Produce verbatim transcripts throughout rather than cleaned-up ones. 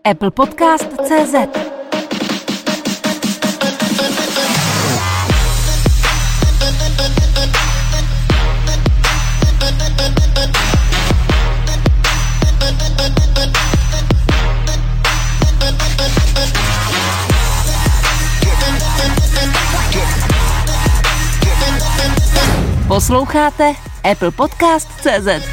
Apple Podcast tečka cé zet. Posloucháte Apple Podcast tečka cé zet.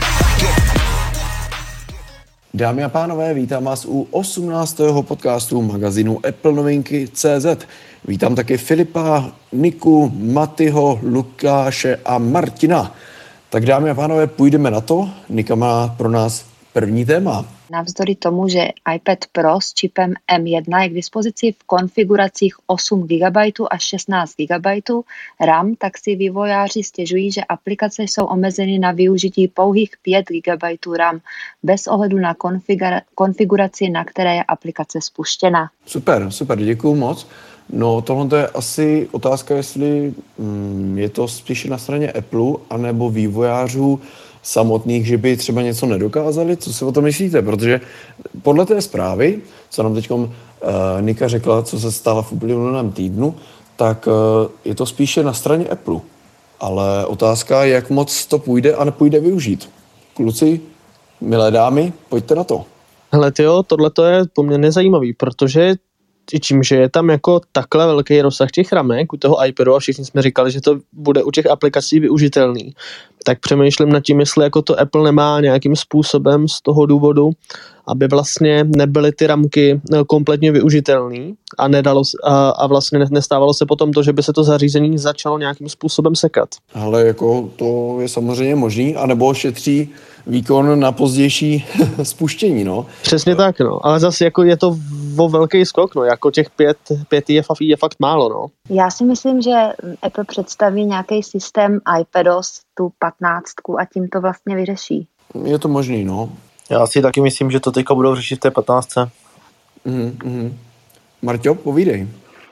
Dámy a pánové, vítám vás u osmnáctého podcastu magazínu Apple Novinky tečka cé zet. Vítám taky Filipa, Niku, Matyho, Lukáše a Martina. Tak dámy a pánové, půjdeme na to. Nika má pro nás první téma. Navzdory tomu, že iPad Pro s čipem M jedna je k dispozici v konfiguracích osm gigabajtů až šestnáct gigabajtů RAM, tak si vývojáři stěžují, že aplikace jsou omezeny na využití pouhých pět gigabajtů RAM bez ohledu na konfigura- konfiguraci, na které je aplikace spuštěna. Super, super, děkuju moc. No tohle je asi otázka, jestli mm, je to spíše na straně Apple anebo vývojářů samotných, že by třeba něco nedokázali. Co si o tom myslíte? Protože podle té zprávy, co nám teď uh, Nika řekla, co se stalo v uplynulém týdnu, tak uh, je to spíše na straně Apple. Ale otázka je, jak moc to půjde a nepůjde využít. Kluci, milé dámy, pojďte na to. Hele tyjo, tohle je poměrně zajímavý, protože tím, že je tam jako takhle velký rozsah těch ramek u toho iPadu a všichni jsme říkali, že to bude u těch aplikací využitelný, tak přemýšlím nad tím, jestli jako to Apple nemá nějakým způsobem z toho důvodu, aby vlastně nebyly ty ramky kompletně využitelný a, nedalo, a, a vlastně nestávalo se potom to, že by se to zařízení začalo nějakým způsobem sekat. Ale jako to je samozřejmě možný, anebo šetří výkon na pozdější spuštění, no. Přesně tak, no. Ale zase jako je to o velký skok, no. Jako těch pět, pět je, je fakt málo, no. Já si myslím, že Apple představí nějaký systém iPadOS, tu patnáctku a tím to vlastně vyřeší. Je to možný, no. Já si taky myslím, že to teďka budou řešit v té patnáctce. Mhm, mhm. Marťo, povídej.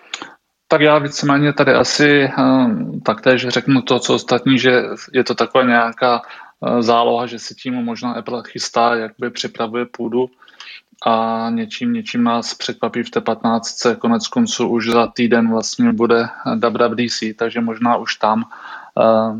Tak já víceméně tady asi um, taktéž řeknu to, co ostatní, že je to taková nějaká uh, záloha, že si tím možná Apple chystá, jakby připravuje půdu a něčím, něčím nás překvapí v té patnáctce. Konec konců už za týden vlastně bude W W D C, takže možná už tam uh,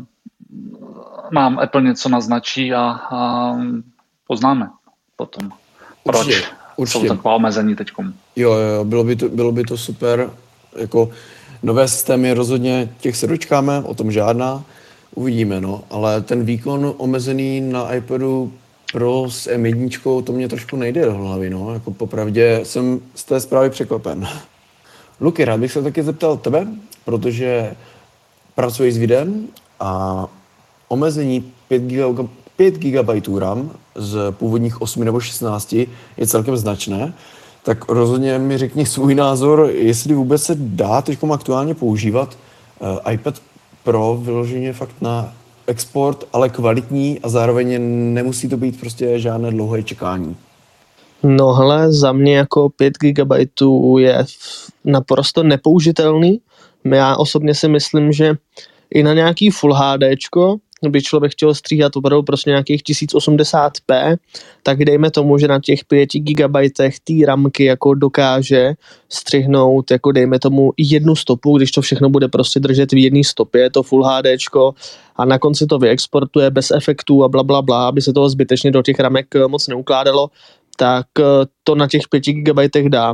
nám Apple něco naznačí a, a poznáme potom, proč určitě, určitě. jsou taková omezení teďkom. Jo, jo, bylo by to, bylo by to super. Jako nové systémy rozhodně těch se dočkáme, o tom žádná. Uvidíme, no. Ale ten výkon omezený na iPadu Pro s M jedna, to mě trošku nejde do hlavy, no. Jako popravdě jsem z té zprávy překvapen. Luky, rád bych se taky zeptal tebe, protože pracuji s videem a omezení pět gigabajtů RAM z původních osm nebo šestnáct je celkem značné. Tak rozhodně mi řekni svůj názor, jestli vůbec se dá teď aktuálně používat uh, iPad Pro vyloženě fakt na export, ale kvalitní a zároveň nemusí to být prostě žádné dlouhé čekání. No hele, za mě jako pět gigabajtů je naprosto nepoužitelný. Já osobně si myslím, že i na nějaký Full HDčko, kdyby člověk chtěl stříhat opravdu prostě nějakých tisíc osmdesát p, tak dejme tomu, že na těch pěti gigabajtech té ramky jako dokáže střihnout, jako dejme tomu jednu stopu, když to všechno bude prostě držet v jedné stopě, to Full HDčko, a na konci to vyexportuje bez efektů a blablabla, bla, bla, aby se toho zbytečně do těch ramek moc neukládalo, tak to na těch pěti gigabajtech dá.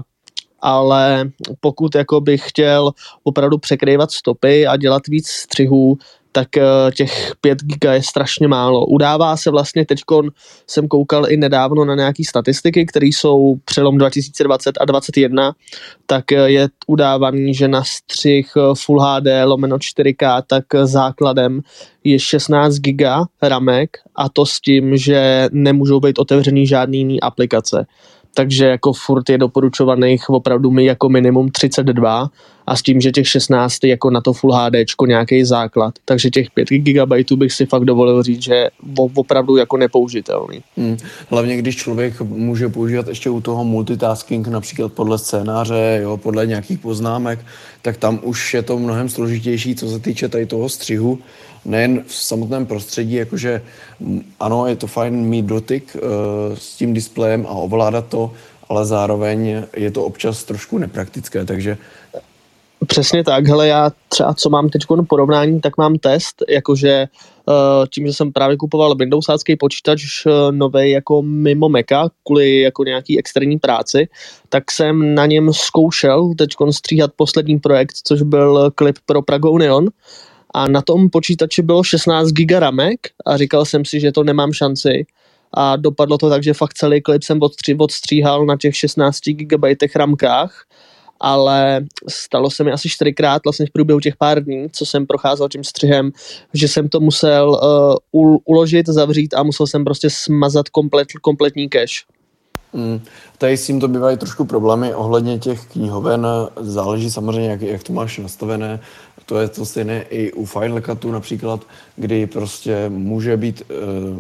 Ale pokud jako bych chtěl opravdu překrývat stopy a dělat víc střihů, tak těch pět giga je strašně málo. Udává se vlastně, teďkon jsem koukal i nedávno na nějaký statistiky, které jsou přelom dva tisíce dvacet a dvacet jedna, tak je udávaný, že na střih Full H D lomeno čtyři ká, tak základem je šestnáct giga ramek a to s tím, že nemůžou být otevřený žádný jiný aplikace. Takže jako furt je doporučovaných opravdu mi jako minimum třicet dva a s tím, že těch šestnáct je jako na to Full HDčko nějaký základ. Takže těch pět gigabajtů bych si fakt dovolil říct, že je opravdu jako nepoužitelný. Hmm. Hlavně když člověk může používat ještě u toho multitasking, například podle scénáře, jo, podle nějakých poznámek, tak tam už je to mnohem složitější, co se týče tady toho střihu. Nejen v samotném prostředí, jakože ano, je to fajn mít dotyk uh, s tím displejem a ovládat to, ale zároveň je to občas trošku nepraktické, takže Přesně tak, hele, já třeba co mám teď porovnání, tak mám test, jakože tím, že jsem právě kupoval Windowsácký počítač novej jako mimo Maca, kvůli jako nějaký externí práci, tak jsem na něm zkoušel teď stříhat poslední projekt, což byl klip pro Prague Union, a na tom počítači bylo šestnáct giga ramek a říkal jsem si, že to nemám šanci. A dopadlo to tak, že fakt celý klip jsem odstří, odstříhal na těch šestnáct gigabajtech ramkách, ale stalo se mi asi čtyřikrát vlastně v průběhu těch pár dní, co jsem procházel tím střihem, že jsem to musel uh, uložit, zavřít a musel jsem prostě smazat komplet, kompletní cache. Mm, tady s tím to bývají trošku problémy ohledně těch knihoven, záleží samozřejmě, jak, jak to máš nastavené. To je to stejné i u Final Cutu například, kdy prostě může být uh,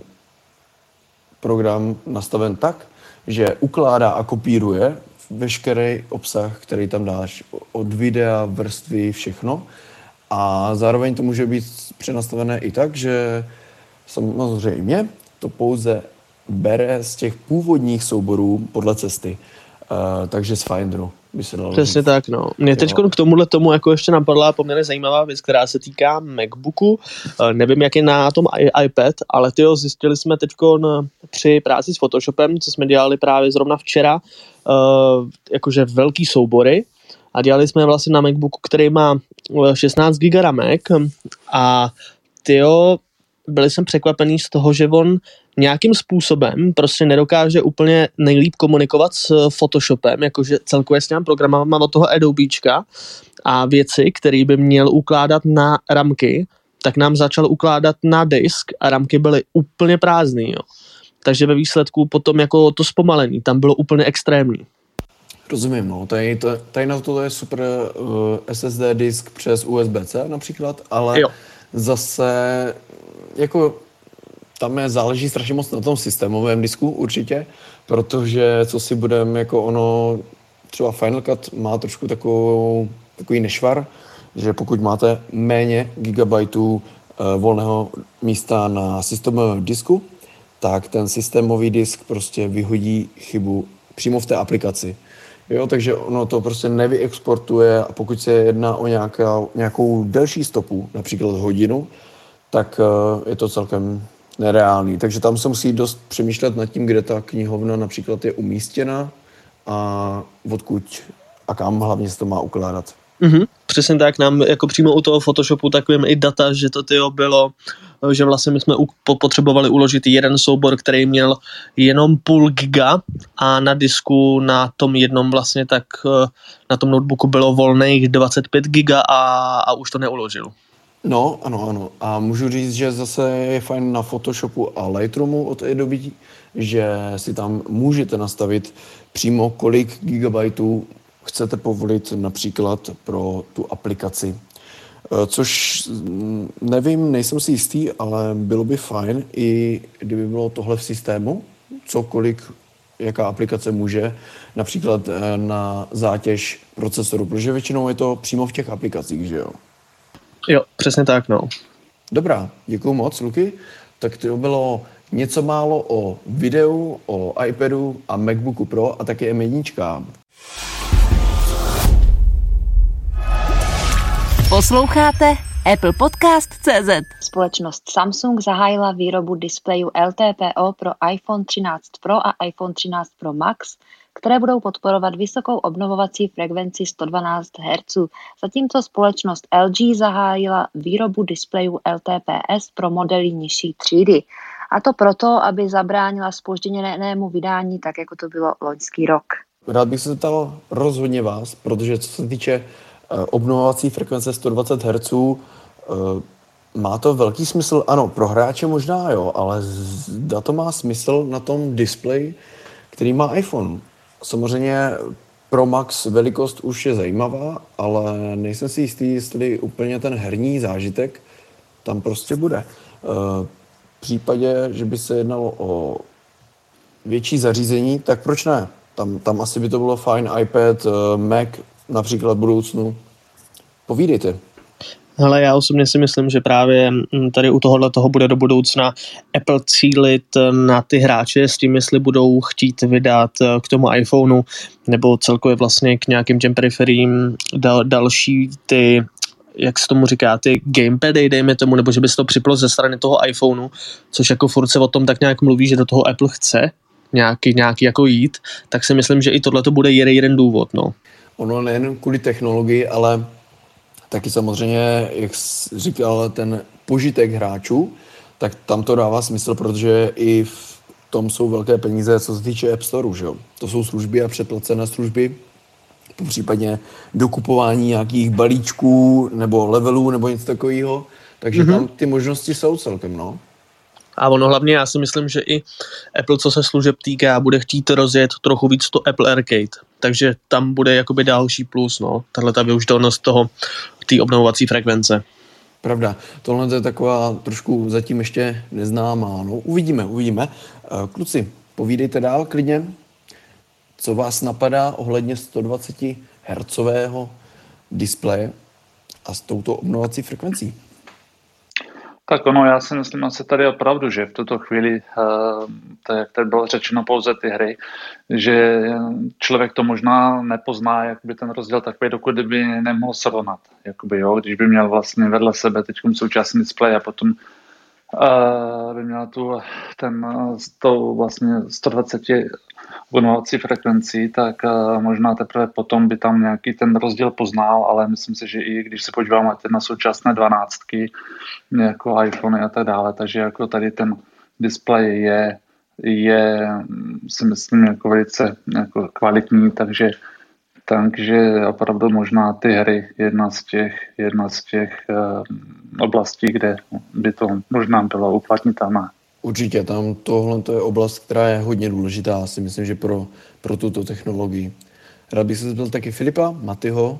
program nastaven tak, že ukládá a kopíruje veškerý obsah, který tam dáš, od videa, vrstvy, všechno. A zároveň to může být přenastavené i tak, že samozřejmě to pouze bere z těch původních souborů podle cesty. Uh, takže z Finderu by se dalo Přesně říct. tak, no. Mě teď k tomuhle tomu jako ještě napadla poměrně zajímavá věc, která se týká MacBooku. Uh, nevím, jak je na tom iPad, ale tyjo, zjistili jsme teď při práci s Photoshopem, co jsme dělali právě zrovna včera, uh, jakože velký soubory, a dělali jsme vlastně na MacBooku, který má šestnáct giga ramek, a tyjo, byli jsem překvapený z toho, že on nějakým způsobem prostě nedokáže úplně nejlíp komunikovat s Photoshopem, jakože celkově s těmi programama od toho Adobečka, a věci, které by měl ukládat na ramky, tak nám začal ukládat na disk a ramky byly úplně prázdný, jo. Takže ve výsledku potom jako to zpomalení tam bylo úplně extrémní. Rozumím, no. Tady, to, tady na to je super uh, S S D disk přes U S B C například, ale jo. Zase jako tam je, záleží strašně moc na tom systémovém disku určitě, protože co si budeme, jako ono, třeba Final Cut má trošku takovou, takový nešvar, že pokud máte méně gigabajtů uh, volného místa na systémovém disku, tak ten systémový disk prostě vyhodí chybu přímo v té aplikaci. Jo, takže ono to prostě nevyexportuje, a pokud se jedná o nějaká, nějakou delší stopu, například hodinu, tak uh, je to celkem nereálný. Takže tam se musí dost přemýšlet nad tím, kde ta knihovna například je umístěna a odkud a kam hlavně se to má ukládat. Mm-hmm. Přesně tak, nám jako přímo u toho Photoshopu takovým i data, že to tyjo bylo, že vlastně my jsme potřebovali uložit jeden soubor, který měl jenom půl giga, a na disku na tom jednom vlastně tak na tom notebooku bylo volných dvacet pět giga a, a už to neuložil. No, ano, ano. A můžu říct, že zase je fajn na Photoshopu a Lightroomu od Adobe, že si tam můžete nastavit přímo, kolik gigabajtů chcete povolit například pro tu aplikaci. Což nevím, nejsem si jistý, ale bylo by fajn, i kdyby bylo tohle v systému, cokoliv, jaká aplikace může, například na zátěž procesoru, protože většinou je to přímo v těch aplikacích, že jo? Jo, přesně tak, no. Dobrá, děkuju moc, Luky. Tak to bylo něco málo o videu, o iPadu a MacBooku Pro a taky M jedna. Posloucháte Apple Podcast tečka cé zet. Společnost Samsung zahájila výrobu displejů L T P O pro iPhone třináct Pro a iPhone třináct Pro Max, které budou podporovat vysokou obnovovací frekvenci sto dvanáct hertzů. Zatímco společnost L G zahájila výrobu displejů L T P S pro modely nižší třídy. A to proto, aby zabránila zpožděnému vydání, tak jako to bylo loňský rok. Rád bych se zeptal rozhodně vás, protože co se týče obnovovací frekvence sto dvacet hertzů, má to velký smysl? Ano, pro hráče možná jo, ale zda to má smysl na tom displeji, který má iPhone. Samozřejmě Pro Max velikost už je zajímavá, ale nejsem si jistý, jestli úplně ten herní zážitek tam prostě bude. V případě, že by se jednalo o větší zařízení, tak proč ne? Tam, tam asi by to bylo fajn, iPad, Mac, například v budoucnu. Povídejte. Hele, já osobně si myslím, že právě tady u tohohle toho bude do budoucna Apple cílit na ty hráče s tím, jestli budou chtít vydat k tomu iPhoneu nebo celkově vlastně k nějakým těm periferím dal, další ty, jak se tomu říká, ty gamepady, dejme tomu, nebo že by se to připlo ze strany toho iPhoneu, což jako furt se o tom tak nějak mluví, že do toho Apple chce nějaký, nějaký jako jít, tak si myslím, že i tohle to bude jeden, jeden důvod, no. Ono nejen kvůli technologii, ale taky samozřejmě, jak jsi říkal, ten požitek hráčů, tak tam to dává smysl, protože i v tom jsou velké peníze, co se týče App Storeu, že jo. To jsou služby a předplacené služby, případně dokupování nějakých balíčků nebo levelů nebo něco takového, takže mm-hmm. tam ty možnosti jsou celkem, no. A ono hlavně, já si myslím, že i Apple, co se služeb týká, bude chtít rozjet trochu víc to Apple Arcade, takže tam bude jakoby další plus, no, tahle ta využitelnost toho, té obnovovací frekvence. Pravda, tohle je taková trošku zatím ještě neznámá, no, uvidíme, uvidíme. Kluci, povídejte dál klidně, co vás napadá ohledně sto dvacet hertzového displeje a s touto obnovovací frekvencí. Tak ono, já si myslím asi tady opravdu, že v tuto chvíli, to, jak tady bylo řečeno, pouze ty hry, že člověk to možná nepozná, jak by ten rozdíl takový, dokud by nemohl srovnat. Jakoby, jo, když by měl vlastně vedle sebe teď současný displej a potom uh, by měl tu ten s tou vlastně sto dvacet obnovovací frekvencí, tak uh, možná teprve potom by tam nějaký ten rozdíl poznal, ale myslím si, že i když se podíváme na současné dvanáctky, jako iPhony a tak dále, takže jako tady ten displej je, je si myslím jako velice jako kvalitní, takže takže opravdu možná ty hry jedna z těch, jedna z těch uh, oblastí, kde by to možná bylo uplatnitelné. Určitě, tam tohle je oblast, která je hodně důležitá, si myslím, že pro, pro tuto technologii. Rád bych se zeptal taky Filipa, Matyho.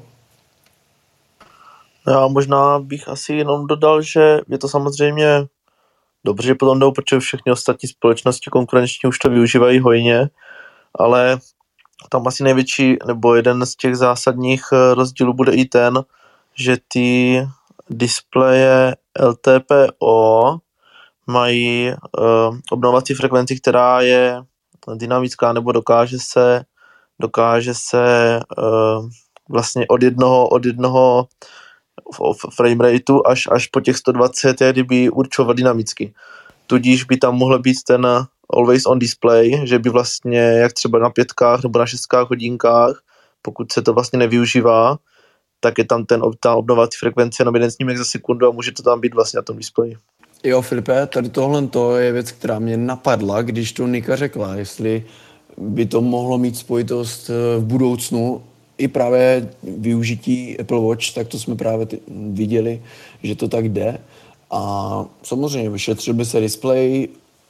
Já možná bych asi jenom dodal, že je to samozřejmě dobře, že potom jdou, protože všechny ostatní společnosti konkurenční už to využívají hojně, ale tam asi největší, nebo jeden z těch zásadních rozdílů bude i ten, že ty displeje L T P O mají uh, obnovovací frekvenci, která je dynamická, nebo dokáže se dokáže se uh, vlastně od jednoho, od jednoho frame rateu až, až po těch sto dvacet, jak kdyby určovat dynamicky. Tudíž by tam mohl být ten always on display, že by vlastně, jak třeba na pětkách nebo na šestkách hodinkách, pokud se to vlastně nevyužívá, tak je tam ten, ta obnovovací frekvence jenom jeden snímek za sekundu a může to tam být vlastně na tom displeji. Jo, Filipe, tady tohle to je věc, která mě napadla, když to Nika řekla, jestli by to mohlo mít spojitost v budoucnu i právě využití Apple Watch, tak to jsme právě t- viděli, že to tak jde. A samozřejmě vyšetřil by se displej,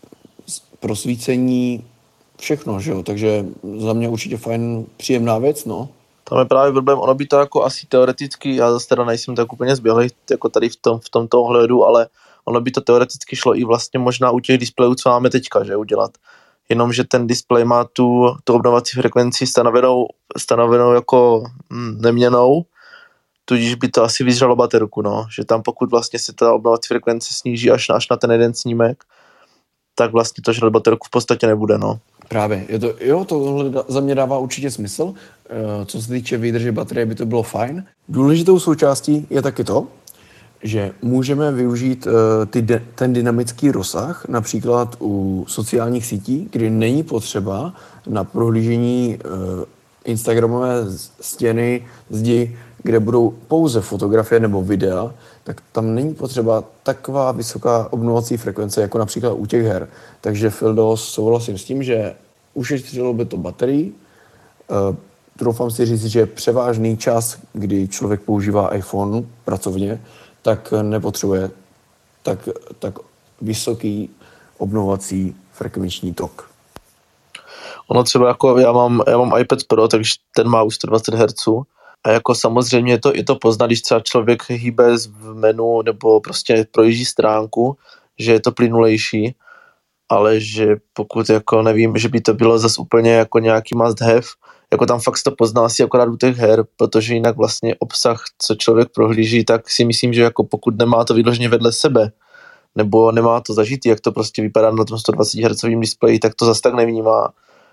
prosvícení, všechno, že jo, takže za mě určitě fajn, příjemná věc, no. Tam je právě problém, ono by to jako asi teoreticky, já zase teda nejsem tak úplně zběhlý jako tady v, tom, v tomto ohledu, ale ono by to teoreticky šlo i vlastně možná u těch displejů, co máme teďka, že udělat. Jenomže ten displej má tu, tu obnovovací frekvenci stanovenou, stanovenou jako hm, neměnou, tudíž by to asi vyžralo baterku, no. Že tam pokud vlastně se ta obnovovací frekvence sníží až na, až na ten jeden snímek, tak vlastně to žrat baterku v podstatě nebude, no. Právě, je to, jo, tohle za mě dává určitě smysl. E, co se týče výdrže baterie, by to bylo fajn. Důležitou součástí je taky to, že můžeme využít uh, ty de- ten dynamický rozsah, například u sociálních sítí, kdy není potřeba na prohlížení uh, instagramové stěny, zdi, kde budou pouze fotografie nebo videa, tak tam není potřeba taková vysoká obnovovací frekvence, jako například u těch her. Takže Fildo, souhlasím s tím, že ušetřilo by to baterii. Uh, Troufám si říct, že převážný čas, kdy člověk používá iPhone pracovně, tak nepotřebuje tak, tak vysoký obnovovací frekvenční tok. Ono třeba jako já mám, já mám iPad Pro, takže ten má už sto dvacet hertzů a jako samozřejmě je to, je to poznat, když třeba člověk hýbe v menu nebo prostě projíždí stránku, že je to plynulejší, ale že pokud jako nevím, že by to bylo zase úplně jako nějaký must have, jako tam fakt to pozná asi akorát u těch her, protože jinak vlastně obsah, co člověk prohlíží, tak si myslím, že jako pokud nemá to vyloženě vedle sebe, nebo nemá to zažitý, jak to prostě vypadá na tom sto dvacet hertzovém displeji, tak to zase tak nevnímá.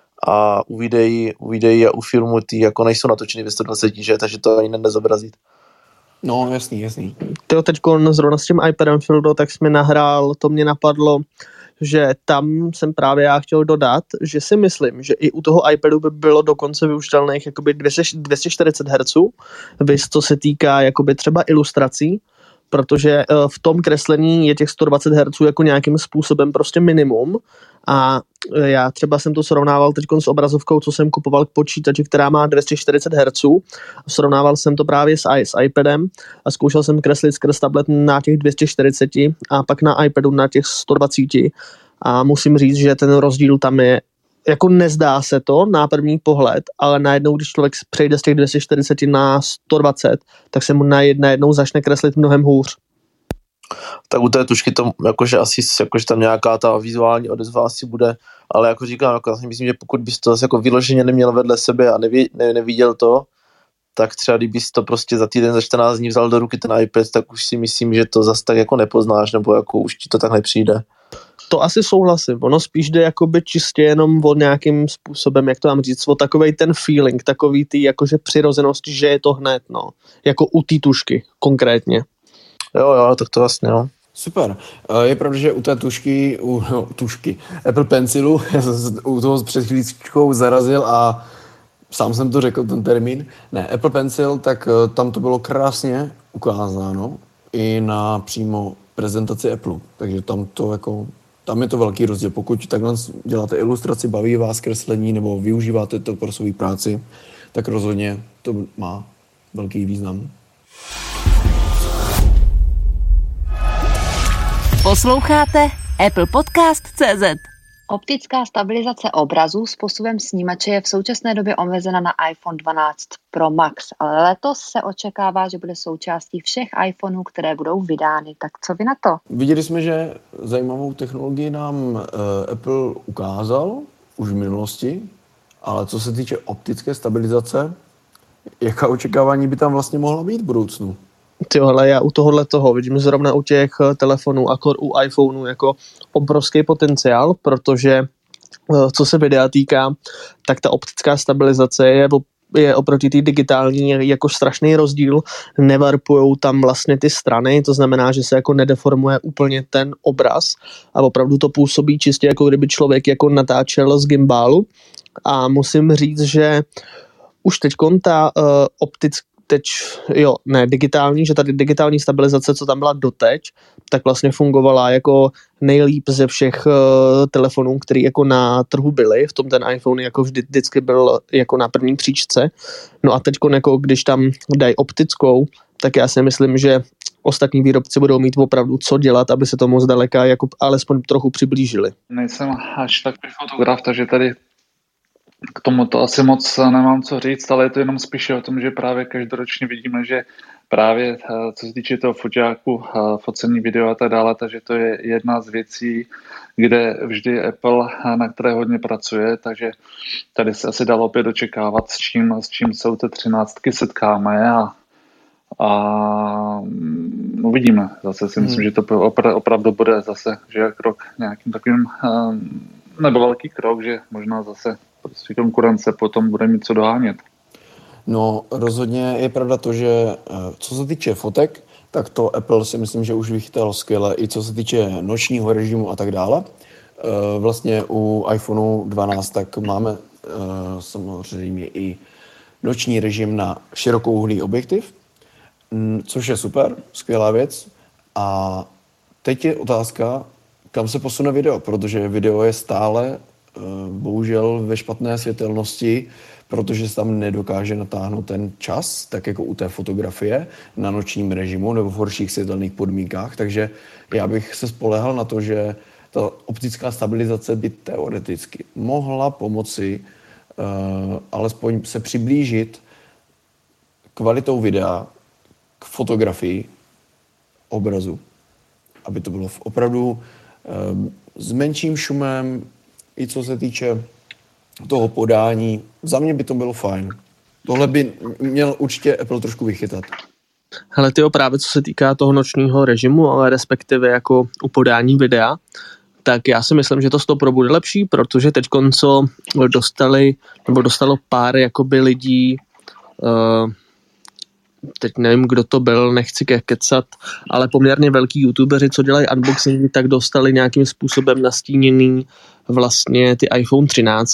A u videí, u videí a u filmu ty jako nejsou natočeny ve sto dvacet, že? Takže to ani nezobrazit. No, jasný, jasný. Tyjo, teďko zrovna s tím iPadem, Fildo, tak jsi mi nahrál, to mě napadlo, že tam jsem právě já chtěl dodat, že si myslím, že i u toho iPadu by bylo dokonce využitelných jakoby dvě stě čtyřicet hertzů, vys co se týká jakoby třeba ilustrací, protože v tom kreslení je těch sto dvacet hertzů jako nějakým způsobem prostě minimum a já třeba jsem to srovnával teď s obrazovkou, co jsem kupoval k počítači, která má dvě stě čtyřicet hertzů. Srovnával jsem to právě s, s iPadem a zkoušel jsem kreslit skrz tablet na těch dvě stě čtyřicet a pak na iPadu na těch sto dvacet a musím říct, že ten rozdíl tam je jako nezdá se to na první pohled, ale najednou, když člověk přejde z těch dvě stě čtyřicet na sto dvacet, tak se mu najednou začne kreslit mnohem hůř. Tak u té tušky to jakože asi jakože tam nějaká ta vizuální odezva asi bude, ale jako říkám, jako si myslím, že pokud bys to zase jako vyloženě neměl vedle sebe a neví, ne, neviděl to, tak třeba kdybys to prostě za týden, za čtrnáct dní vzal do ruky ten iPad, tak už si myslím, že to zase tak jako nepoznáš, nebo jako už ti to tak nepřijde. To asi souhlasím, ono spíš jde jakoby čistě jenom o nějakým způsobem, jak to mám říct, o takovej ten feeling, takový ty jakože přirozenosti, že je to hned, no, jako u té tušky konkrétně. Jo, jo, tak to vlastně, no. Super. Je pravda, že u té tušky, u no, tušky, Apple Pencilu, u toho před chvíličkou zarazil a sám jsem to řekl, ten termín. Ne, Apple Pencil, tak tam to bylo krásně ukázáno i na přímo prezentaci Apple. Takže tam to jako, tam je to velký rozdíl. Pokud takhle děláte ilustraci, baví vás kreslení nebo využíváte to pro svou práci, tak rozhodně to má velký význam. Posloucháte Apple Podcast tečka cé zet. Optická stabilizace obrazu způsobem snímače je v současné době omezena na iPhone dvanáct Pro Max, ale letos se očekává, že bude součástí všech iPhoneů, které budou vydány. Tak co vy na to? Viděli jsme, že zajímavou technologii nám uh, Apple ukázal už v minulosti, ale co se týče optické stabilizace, jaká očekávání by tam vlastně mohla být v budoucnu? Tyhle, já u tohohle toho vidím zrovna u těch telefonů, akor u iPhoneu jako obrovský potenciál, protože co se videa týká, tak ta optická stabilizace je, je oproti té digitální jako strašný rozdíl. Nevarpujou tam vlastně ty strany, to znamená, že se jako nedeformuje úplně ten obraz a opravdu to působí čistě jako kdyby člověk jako natáčel z gimbalu a musím říct, že už teďkon ta uh, optická teď, jo, ne, digitální, že tady digitální stabilizace, co tam byla doteď, tak vlastně fungovala jako nejlíp ze všech uh, telefonů, který jako na trhu byly, v tom ten iPhone jako vždy, vždycky byl jako na první příčce. No a teď, jako když tam dají optickou, tak já si myslím, že ostatní výrobci budou mít opravdu co dělat, aby se tomu zdaleka jako alespoň trochu přiblížili. Nejsem až takový fotograf, takže tady k tomu to asi moc nemám co říct, ale je to jenom spíše o tom, že právě každoročně vidíme, že právě co se týče toho foťáku, focení video a tak dále, takže to je jedna z věcí, kde vždy Apple, na které hodně pracuje, takže tady se asi dalo opět očekávat, s čím, s čím se u té třináctky setkáme a, a uvidíme. Zase si myslím, hmm. že to opra- opravdu bude zase, že je krok nějakým takovým, nebo velký krok, že možná zase prostě konkurence potom bude mít co dohánět. No rozhodně je pravda to, že co se týče fotek, tak to Apple si myslím, že už vychytal skvěle, i co se týče nočního režimu a tak dále. Vlastně u iPhoneu dvanáct tak máme samozřejmě i noční režim na širokouhlý objektiv, což je super, skvělá věc. A teď je otázka, kam se posune video, protože video je stále bohužel ve špatné světelnosti, protože se tam nedokáže natáhnout ten čas, tak jako u té fotografie na nočním režimu nebo v horších světelných podmínkách. Takže já bych se spoléhal na to, že ta optická stabilizace by teoreticky mohla pomoci uh, alespoň se přiblížit kvalitou videa k fotografii obrazu. Aby to bylo opravdu uh, s menším šumem, i co se týče toho podání. Za mě by to bylo fajn. Tohle by měl určitě Apple trošku vychytat. Hele, tyjo, právě co se týká toho nočního režimu, ale respektive jako u podání videa, tak já si myslím, že to stopro bude lepší, protože teď co dostali, nebo dostalo pár jakoby lidí, uh, teď nevím, kdo to byl, nechci kecat, ale poměrně velký youtubeři, co dělají unboxingy, tak dostali nějakým způsobem nastíněný vlastně ty iPhone třináct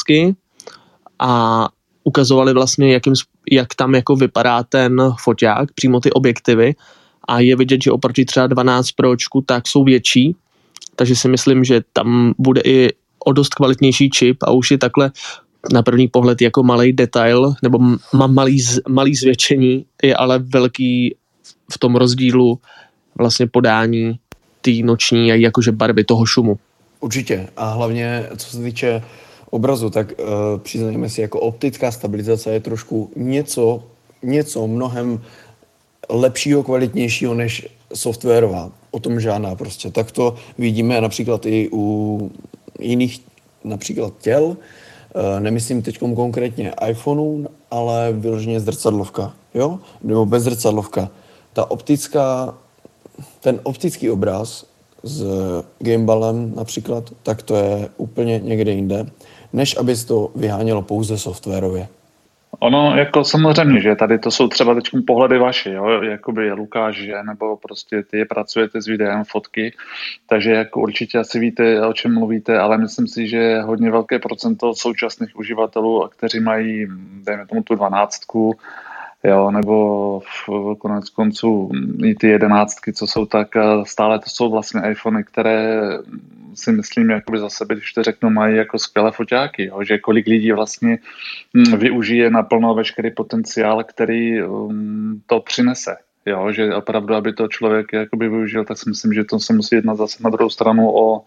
a ukazovali vlastně, jakým, jak tam jako vypadá ten foťák, přímo ty objektivy a je vidět, že oproti třeba dvanáct Pročku tak jsou větší, takže si myslím, že tam bude i o dost kvalitnější čip a už je takhle na první pohled jako malý detail, nebo má malý, malý zvětšení, je ale velký v tom rozdílu vlastně podání té noční a jakože barvy toho šumu. Určitě a hlavně co se týče obrazu, tak uh, přiznajme si, jako optická stabilizace je trošku něco, něco mnohem lepšího, kvalitnějšího než softwarová. O tom žádná prostě. Tak to vidíme například i u jiných například těl. Uh, nemyslím teď konkrétně iPhoneu, ale vyloženě zrcadlovka. Jo? Nebo bez zrcadlovka. Ta optická, ten optický obraz s gimbalem například, tak to je úplně někde jinde, než aby se to vyhánělo pouze softwarově. Ono, jako samozřejmě, že tady to jsou třeba teď pohledy vaše, jo, jakoby je Lukáš, že, nebo prostě ty pracujete s videem, fotky, takže jako určitě asi víte, o čem mluvíte, ale myslím si, že je hodně velké procento současných uživatelů, kteří mají, dejme tomu tu dvanáctku, jo, nebo v konec konců i ty jedenáctky, co jsou, tak stále to jsou vlastně iPhony, které si myslím, jakoby za sebe, když to řeknu, mají jako skvělé foťáky, jo, že kolik lidí vlastně využije naplno veškerý potenciál, který um, to přinese. Jo, že opravdu, aby to člověk jakoby využil, tak si myslím, že to se musí jednat zase na druhou stranu o,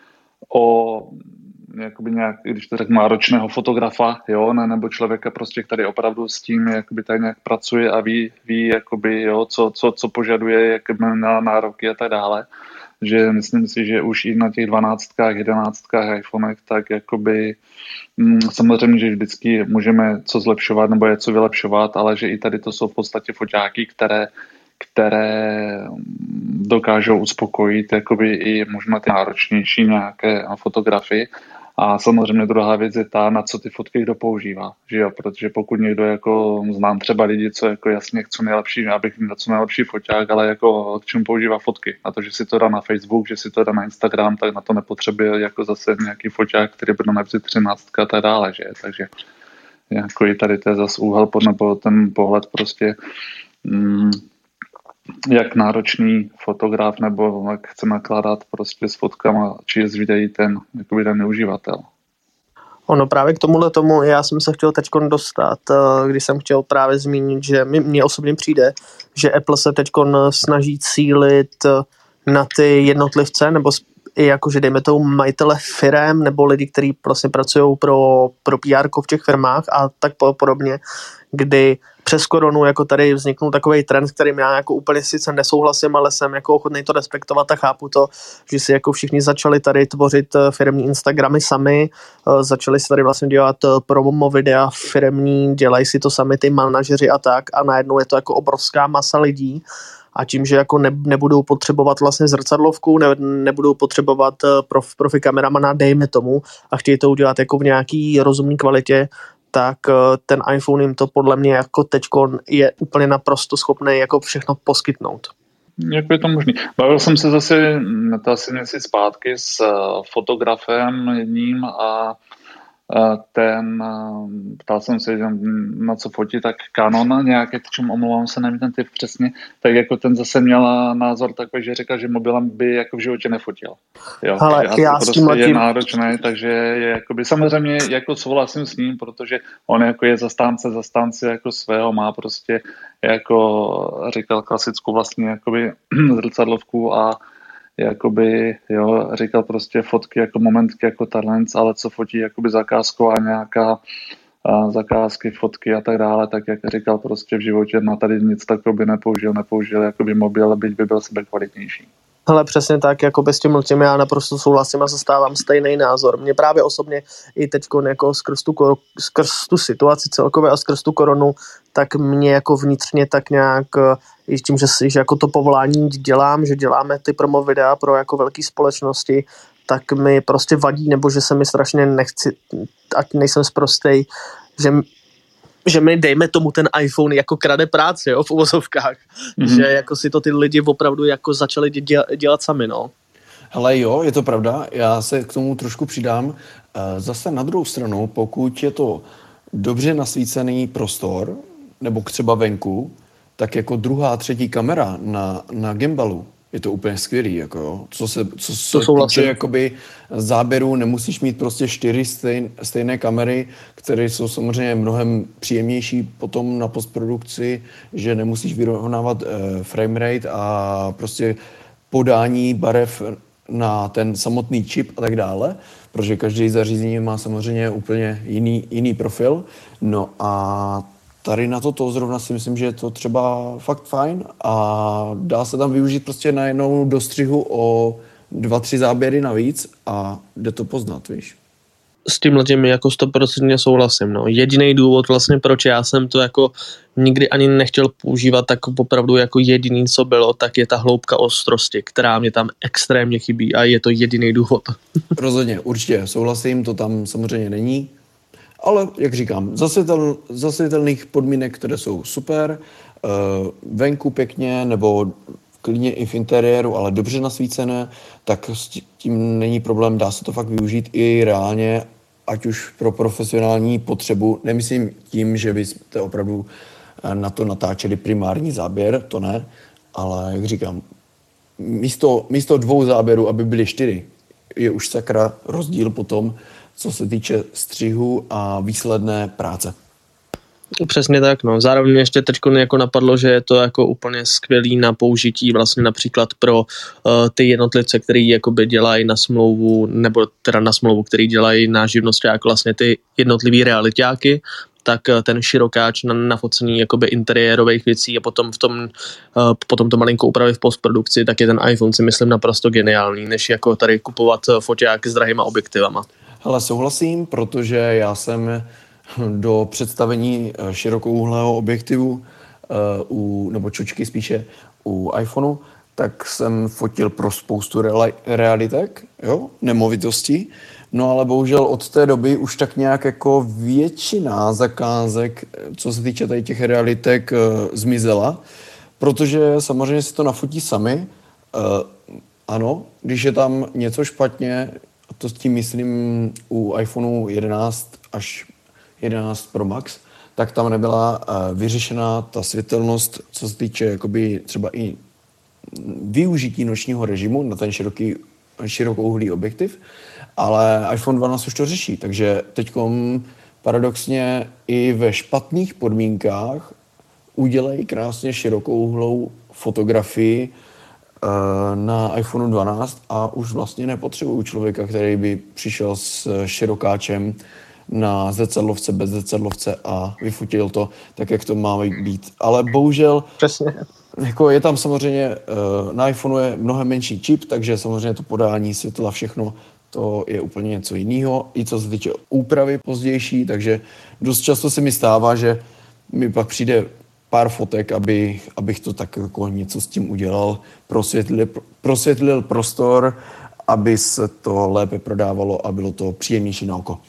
o jakoby nějak, když to řeknu, náročného fotografa, jo, ne, nebo člověka prostě, který opravdu s tím jakoby tak nějak pracuje a ví, ví jakoby, jo, co, co, co požaduje, jak na nároky a tak dále. Že myslím si, že už i na těch dvanáctkách, jedenáctkách, iPhonech, tak jakoby hm, samozřejmě, že vždycky můžeme co zlepšovat nebo je co vylepšovat, ale že i tady to jsou v podstatě foťáky, které, které dokážou uspokojit jakoby i možná ty náročnější nějaké fotografii. A samozřejmě druhá věc je ta, na co ty fotky kdo používá, že jo, protože pokud někdo jako, znám třeba lidi, co jako jasně co nejlepší, abych měl co nejlepší foťák, ale jako k čemu používá fotky, na to, že si to dá na Facebook, že si to dá na Instagram, tak na to nepotřebuje jako zase nějaký foťák, který bude například třináctka a tak dále, že, takže jako i tady to je zase úhel, nebo ten pohled prostě, mm, jak náročný fotograf nebo jak chce nakládat prostě s fotkama, či s videí ten jakoby ten uživatel. Ono právě k tomuhle tomu, já jsem se chtěl teď dostat, když jsem chtěl právě zmínit, že mně osobně přijde, že Apple se teď snaží cílit na ty jednotlivce, nebo i jakože dejme tomu majitele firem, nebo lidi, kteří vlastně pracují pro, pro P R v těch firmách a tak podobně, kdy přes koronu jako tady vzniknul takový trend, kterým já jako úplně sice nesouhlasím, ale jsem jako ochotný to respektovat a chápu to, že si jako všichni začali tady tvořit firemní Instagramy sami, začali si tady vlastně dělat promo videa firemní, dělají si to sami ty manažeři a tak a najednou je to jako obrovská masa lidí a tím, že jako ne, nebudou potřebovat vlastně zrcadlovku, ne, nebudou potřebovat prof, profi kameramana, dejme tomu, a chtějí to udělat jako v nějaký rozumný kvalitě, tak ten iPhone jim to podle mě jako teďko je úplně naprosto schopný jako všechno poskytnout. Jak je to možný? Bavil jsem se zase to asi měsíc zpátky s fotografem jedním a ten, ptal jsem se, na co fotí, tak Canon nějaké, čím omlouvám se, nevím ten typ přesně, tak jako ten zase měl názor takový, že říkal, že mobilem by jako v životě nefotil. Jo, ale já to s prostě tím je letím. náročné, takže je jakoby, samozřejmě jako souhlasím s ním, protože on jako je zastánce, zastánce jako svého, má prostě jako říkal klasickou vlastně jakoby zrcadlovku a jakoby, jo, říkal prostě fotky jako momentky, jako talent, ale co fotí jakoby zakázková nějaká a zakázky, fotky a tak dále, tak jak říkal prostě v životě, na tady nic takového by nepoužil, nepoužil jakoby mobil, byť by byl sebe kvalitnější. Hele, přesně tak, jako bez tím tím já naprosto souhlasím a zastávám stejný názor. Mě právě osobně i teď jako skrz tu, skrz tu situaci celkově a skrz tu koronu, tak mě jako vnitřně tak nějak, i tím, že, že jako to povolání dělám, že děláme ty promo videa pro jako velké společnosti, tak mi prostě vadí, nebo že se mi strašně nechci, ať nejsem sprostej, že že mi dejme tomu ten iPhone jako krade práci, jo, v uvozovkách. Mm-hmm. Že jako si to ty lidi opravdu jako začali dělat, dělat sami, no. Hele jo, je to pravda, já se k tomu trošku přidám. Zase na druhou stranu, pokud je to dobře nasvícený prostor, nebo třeba venku, tak jako druhá, třetí kamera na, na gimbalu, je to úplně skvělý, jako jo. Co se, co se týče jakoby záběru, nemusíš mít prostě čtyři stejn, stejné kamery, které jsou samozřejmě mnohem příjemnější potom na postprodukci, že nemusíš vyrovnávat eh, frame rate a prostě podání barev na ten samotný čip a tak dále, protože každý zařízení má samozřejmě úplně jiný, jiný profil. No a tady na toto zrovna si myslím, že je to třeba fakt fajn a dá se tam využít prostě najednou do střihu o dva, tři záběry navíc a jde to poznat, víš. S tímhle tím jako sto procent souhlasím, no. Jediný důvod vlastně, proč já jsem to jako nikdy ani nechtěl používat, tak opravdu jako jediný, co bylo, tak je ta hloubka ostrosti, která mě tam extrémně chybí a je to jediný důvod. Rozhodně, určitě souhlasím, to tam samozřejmě není. Ale, jak říkám, zasvětel, zasvětelných podmínek, které jsou super, venku pěkně, nebo klidně i v interiéru, ale dobře nasvícené, tak s tím není problém, dá se to fakt využít i reálně, ať už pro profesionální potřebu. Nemyslím tím, že byste opravdu na to natáčeli primární záběr, to ne, ale, jak říkám, místo, místo dvou záběrů, aby byly čtyři, je už sakra rozdíl potom, co se týče střihu a výsledné práce. Přesně tak, no. Zároveň ještě teď jako napadlo, že je to jako úplně skvělý na použití vlastně například pro uh, ty jednotlivce, který jakoby dělají na smlouvu, nebo teda na smlouvu, který dělají na živnosti jako vlastně ty jednotlivý realitáky, tak ten širokáč na nafocení jakoby interiérových věcí a potom v tom, uh, potom to malinko úpravy v postprodukci, tak je ten iPhone si myslím naprosto geniální, než jako tady kupovat foťáky s drahýma objektivama. Hele, souhlasím, protože já jsem do představení širokouhlého objektivu, u, nebo čočky spíše u iPhoneu, tak jsem fotil pro spoustu realitek, jo, nemovitostí. No ale bohužel od té doby už tak nějak jako většina zakázek, co se týče tady těch realitek, zmizela, protože samozřejmě si to nafotí sami. Ano, když je tam něco špatně, to s tím myslím u iPhoneu jedenáct až jedenáct Pro Max, tak tam nebyla uh, vyřešená ta světelnost, co se týče jakoby třeba i využití nočního režimu na ten široký, širokouhlý objektiv, ale iPhone dvanáct už to řeší, takže teďkom paradoxně i ve špatných podmínkách udělají krásně širokouhlou fotografii uh, na iPhone dvanáct a už vlastně nepotřebuju člověka, který by přišel s širokáčem na zrcadlovce, bez zrcadlovce a vyfotil to tak, jak to má být. Ale bohužel přesně. Jako je tam samozřejmě, na iPhoneu je mnohem menší čip, takže samozřejmě to podání světla, všechno, to je úplně něco jiného. I co se týče úpravy pozdější, takže dost často se mi stává, že mi pak přijde pár fotek, aby, abych to tak jako něco s tím udělal, prosvětlil, prosvětlil prostor, aby se to lépe prodávalo a bylo to příjemnější na oko.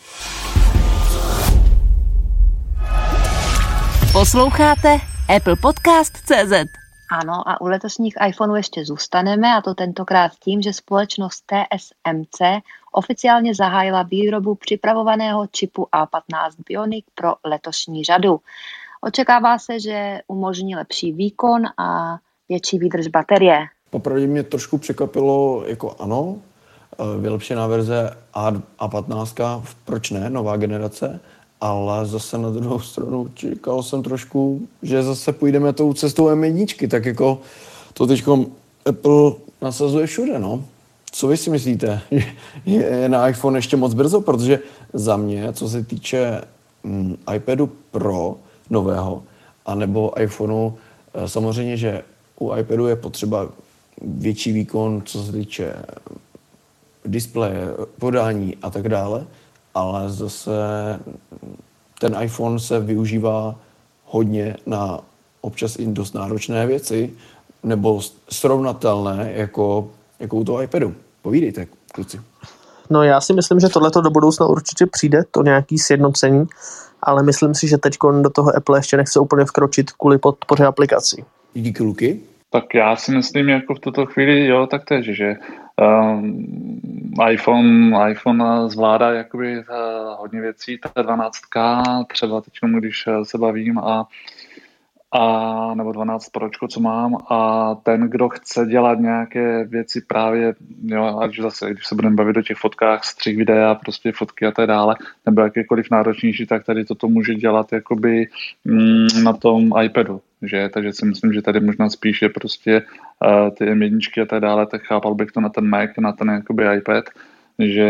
Posloucháte Apple Podcast tečka cé zet. Ano, a u letošních iPhoneů ještě zůstaneme, a to tentokrát tím, že společnost T S M C oficiálně zahájila výrobu připravovaného čipu A patnáct Bionic pro letošní řadu. Očekává se, že umožní lepší výkon a větší výdrž baterie. Popravdě mě trošku překvapilo, jako ano, vylepšená verze A patnáct, proč ne, nová generace, ale zase na druhou stranu čekal jsem trošku, že zase půjdeme tou cestou M jedna, tak jako to teďko Apple nasazuje všude, no. Co vy si myslíte? Je na iPhone ještě moc brzo, protože za mě, co se týče mm, iPadu Pro nového, anebo iPhoneu, samozřejmě, že u iPadu je potřeba větší výkon, co se týče displeje, podání a tak dále, ale zase ten iPhone se využívá hodně na občas i dost náročné věci, nebo srovnatelné jako, jako u toho iPadu. Povídejte, kluci. No já si myslím, že tohleto do budoucna určitě přijde, to nějaký sjednocení, ale myslím si, že teď do toho Apple ještě nechce úplně vkročit kvůli podpoře aplikací. Díky, Luky. Tak já si myslím, jako v tuto chvíli, jo, tak tež, že um, iPhone, iPhone zvládá jakoby uh, hodně věcí, ta dvanáctka, třeba teď, když se bavím, a, a nebo dvanáct Pročko, co mám, a ten, kdo chce dělat nějaké věci právě, jo, ať zase, když se budeme bavit o těch fotkách, střih videa, prostě fotky a tak dále, nebo jakékoliv náročnější, tak tady toto může dělat jakoby mm, na tom iPadu. Že? Takže si myslím, že tady možná spíše prostě uh, ty em jedna a tak dále, tak chápal bych to na ten Mac, na ten jakoby iPad, že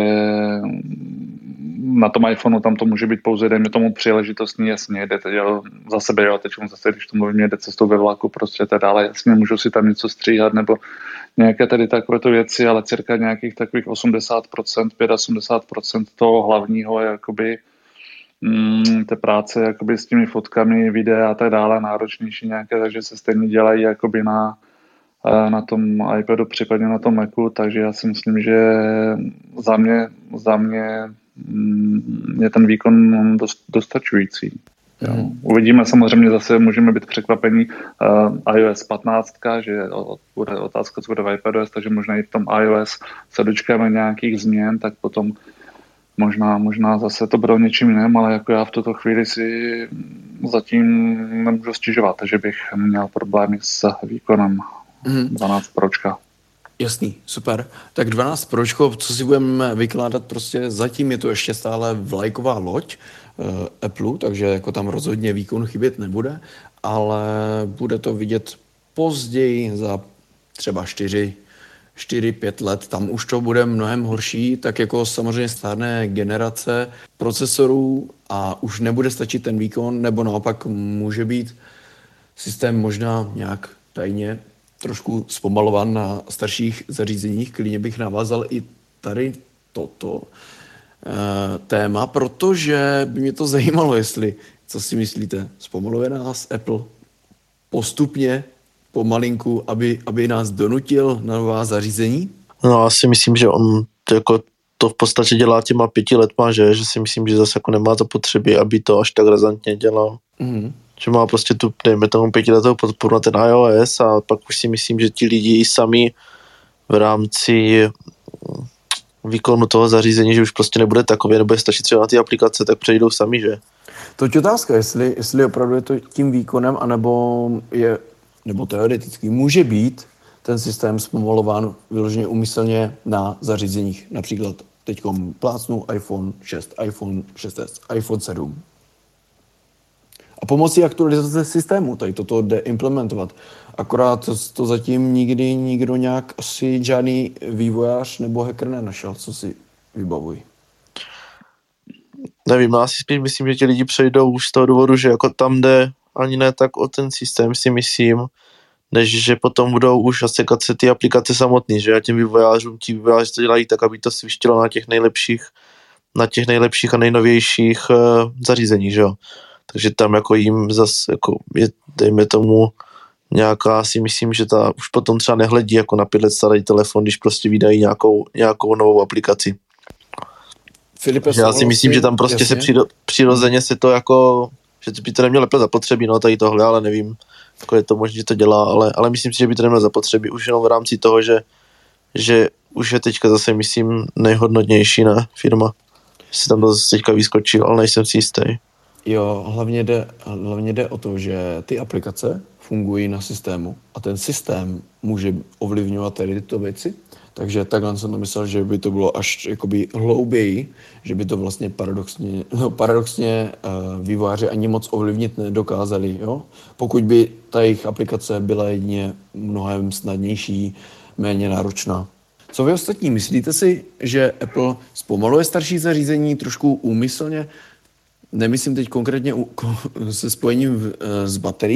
na tom iPhoneu tam to může být pouze, dejme tomu příležitostný, jasně, jde teď za sebe, jo, teď zase, když to mluvím, jde cestou ve vlaku, prostě tak dále, jasně, můžu si tam něco stříhat, nebo nějaké tady takovéto věci, ale cirka nějakých takových osmdesát procent, osmdesát pět procent toho hlavního je jakoby Mm, té práce jakoby s těmi fotkami, videa a tak dále, náročnější nějaké, takže se stejně dělají jakoby na, na tom iPadu, případně na tom Macu, takže já si myslím, že za mě, za mě mm, je ten výkon dost, dostačující. Jo. Mm. Uvidíme, samozřejmě zase můžeme být překvapení uh, iOS patnáct, že bude otázka, co bude v iPadOS, takže možná i v tom iOS se dočkáme nějakých změn, tak potom Možná, možná zase to bylo něčím jiném, ale jako já v tuto chvíli si zatím nemůžu stěžovat, že bych měl problémy s výkonem mm. dvanáct Pročka. Jasný, super. Tak dvanáct Pročko, co si budeme vykládat, prostě zatím je to ještě stále vlajková loď uh, Apple, takže jako tam rozhodně výkon chybět nebude, ale bude to vidět později za třeba čtyři čtyři pět let, tam už to bude mnohem horší, tak jako samozřejmě stárné generace procesorů a už nebude stačit ten výkon, nebo naopak může být systém možná nějak tajně trošku zpomalovan na starších zařízeních. Klidně bych navázal i tady toto e, téma, protože by mě to zajímalo, jestli, co si myslíte, zpomaluje nás Apple postupně pomalinku, aby, aby nás donutil na nová zařízení? No, já si myslím, že on to, jako, to v podstatě dělá těma pěti letma, že, že si myslím, že zase jako nemá zapotřebí, aby to až tak razantně dělal. Mm-hmm. Že má prostě tu, dejme tomu pětiletou podporu na ten iOS a pak už si myslím, že ti lidi i sami v rámci výkonu toho zařízení, že už prostě nebude takový, nebude stačit třeba na ty aplikace, tak přejdou sami, že? To je otázka, jestli, jestli opravdu je to tím výkonem, anebo je nebo teoreticky může být ten systém zpomalován vyloženě úmyslně na zařízeních. Například teďkom plácnu iPhone šest, iPhone šest es, iPhone sedm. A pomocí aktualizace systému tady toto jde implementovat. Akorát to, to zatím nikdy nikdo nějak asi žádný vývojář nebo hacker nenašel, co si vybavují. Nevím, no asi spíš myslím, že ti lidi přejdou už z toho důvodu, že jako tam jde ani ne tak o ten systém, si myslím, než že potom budou už sekat se ty aplikace samotný, že a těm vývojářům, ti vývojáři to dělají tak, aby to svištilo na těch nejlepších, na těch nejlepších a nejnovějších uh, zařízeních, že jo. Takže tam jako jim zase jako je, dejme tomu, nějaká, si myslím, že ta už potom třeba nehledí jako na pět let starý telefon, když prostě vydají nějakou, nějakou novou aplikaci. Filipe, já si myslím, že tam prostě jasně. se přiro, přirozeně se to jako, že by to nemělo lepě zapotřebí, no tady tohle, ale nevím, jako je to možné, že to dělá, ale, ale myslím si, že by to nemělo zapotřebí, už jenom v rámci toho, že, že už je teďka zase, myslím, nejhodnotnější na firma. Si tam to zase teďka vyskočil, ale nejsem si jistý. Jo, hlavně jde, hlavně jde o to, že ty aplikace fungují na systému a ten systém může ovlivňovat tady tyto věci. Takže takhle jsem to myslel, že by to bylo až jakoby hlouběji, že by to vlastně paradoxně, no paradoxně uh, vývojáři ani moc ovlivnit nedokázali, jo? Pokud by ta jejich aplikace byla jedině mnohem snadnější, méně náročná. Co vy ostatní? Myslíte si, že Apple zpomaluje starší zařízení trošku úmyslně? Nemyslím teď konkrétně u, se spojením v, s baterií,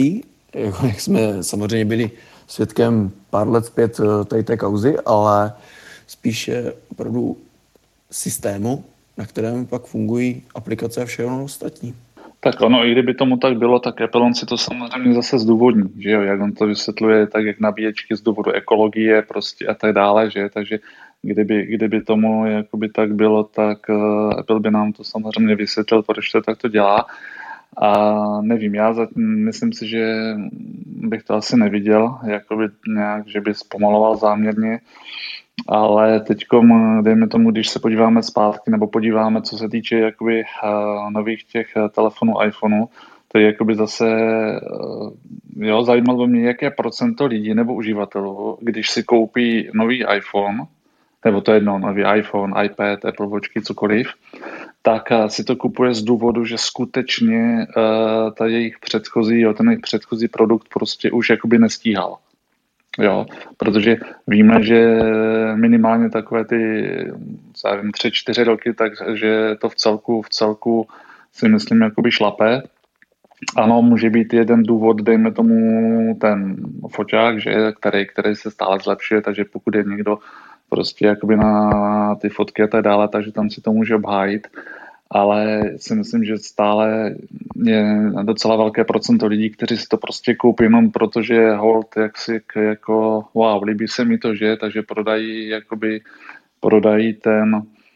jako jak jsme samozřejmě byli svědkem pár let zpět tady té kauzy, ale spíše opravdu systému, na kterém pak fungují aplikace a všechno ostatní. Tak ono, i kdyby tomu tak bylo, tak Apple on si to samozřejmě zase zdůvodní, že jo, jak on to vysvětluje, tak jak nabíječky z důvodu ekologie prostě a tak dále, že, takže kdyby, kdyby tomu jakoby tak bylo, tak uh, Apple by nám to samozřejmě vysvětlil, proč to takto dělá. A nevím, já zatím myslím si, že bych to asi neviděl, jakoby nějak, že by zpomaloval záměrně, ale teďkom, dejme tomu, když se podíváme zpátky, nebo podíváme, co se týče jakoby uh, nových těch telefonů, iPhoneů, to je jakoby zase, uh, jo, zajímalo mě, jaké procento lidí nebo uživatelů, když si koupí nový iPhone, nebo to jedno, nový iPhone, iPad, Apple Watchky, cokoliv, tak si to kupuje z důvodu, že skutečně uh, ta jejich předchozí, jo, ten jejich předchozí produkt prostě už jakoby nestíhal. Jo, protože víme, že minimálně takové ty nevím, tři, čtyři roky, takže to v celku, v celku si myslím jakoby šlape. Ano, může být jeden důvod, dejme tomu ten foťák, že, který, který se stále zlepšuje, takže pokud je někdo prostě jakoby na ty fotky a tak dále, takže tam si to může obhájit. Ale si myslím, že stále je docela velké procento lidí, kteří si to prostě koupí jenom protože hold jaksi jako wow, líbí se mi to, že, takže prodají jakoby prodají ten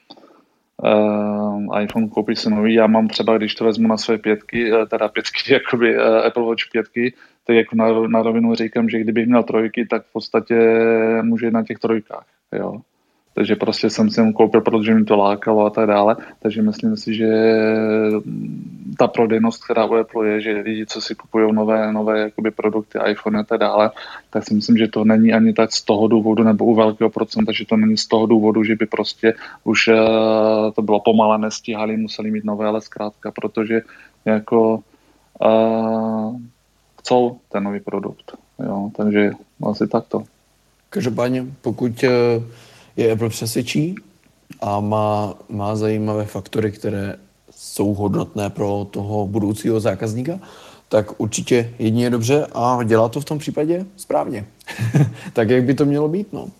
uh, iPhone, koupí si nový. Já mám třeba, když to vezmu na své pětky, teda pětky, jakoby uh, Apple Watch pětky, tak jako na, na rovinu říkám, že kdybych měl trojky, tak v podstatě může jít na těch trojkách, jo. Takže prostě jsem si ho koupil, protože mi to lákalo a tak dále. Takže myslím si, že ta prodejnost, která u Apple je, že lidi, co si kupují nové, nové jakoby produkty, iPhone a tak dále, tak si myslím, že to není ani tak z toho důvodu, nebo u velkého procenta, že to není z toho důvodu, že by prostě už uh, to bylo pomalé, nestíhali, museli mít nové, ale zkrátka, protože jako uh, chcou ten nový produkt. Jo, takže asi takto. Každopádně, pokud uh... je Apple přesvědčí a má, má zajímavé faktory, které jsou hodnotné pro toho budoucího zákazníka, tak určitě jedině dobře a dělá to v tom případě správně. Tak, jak by to mělo být, no.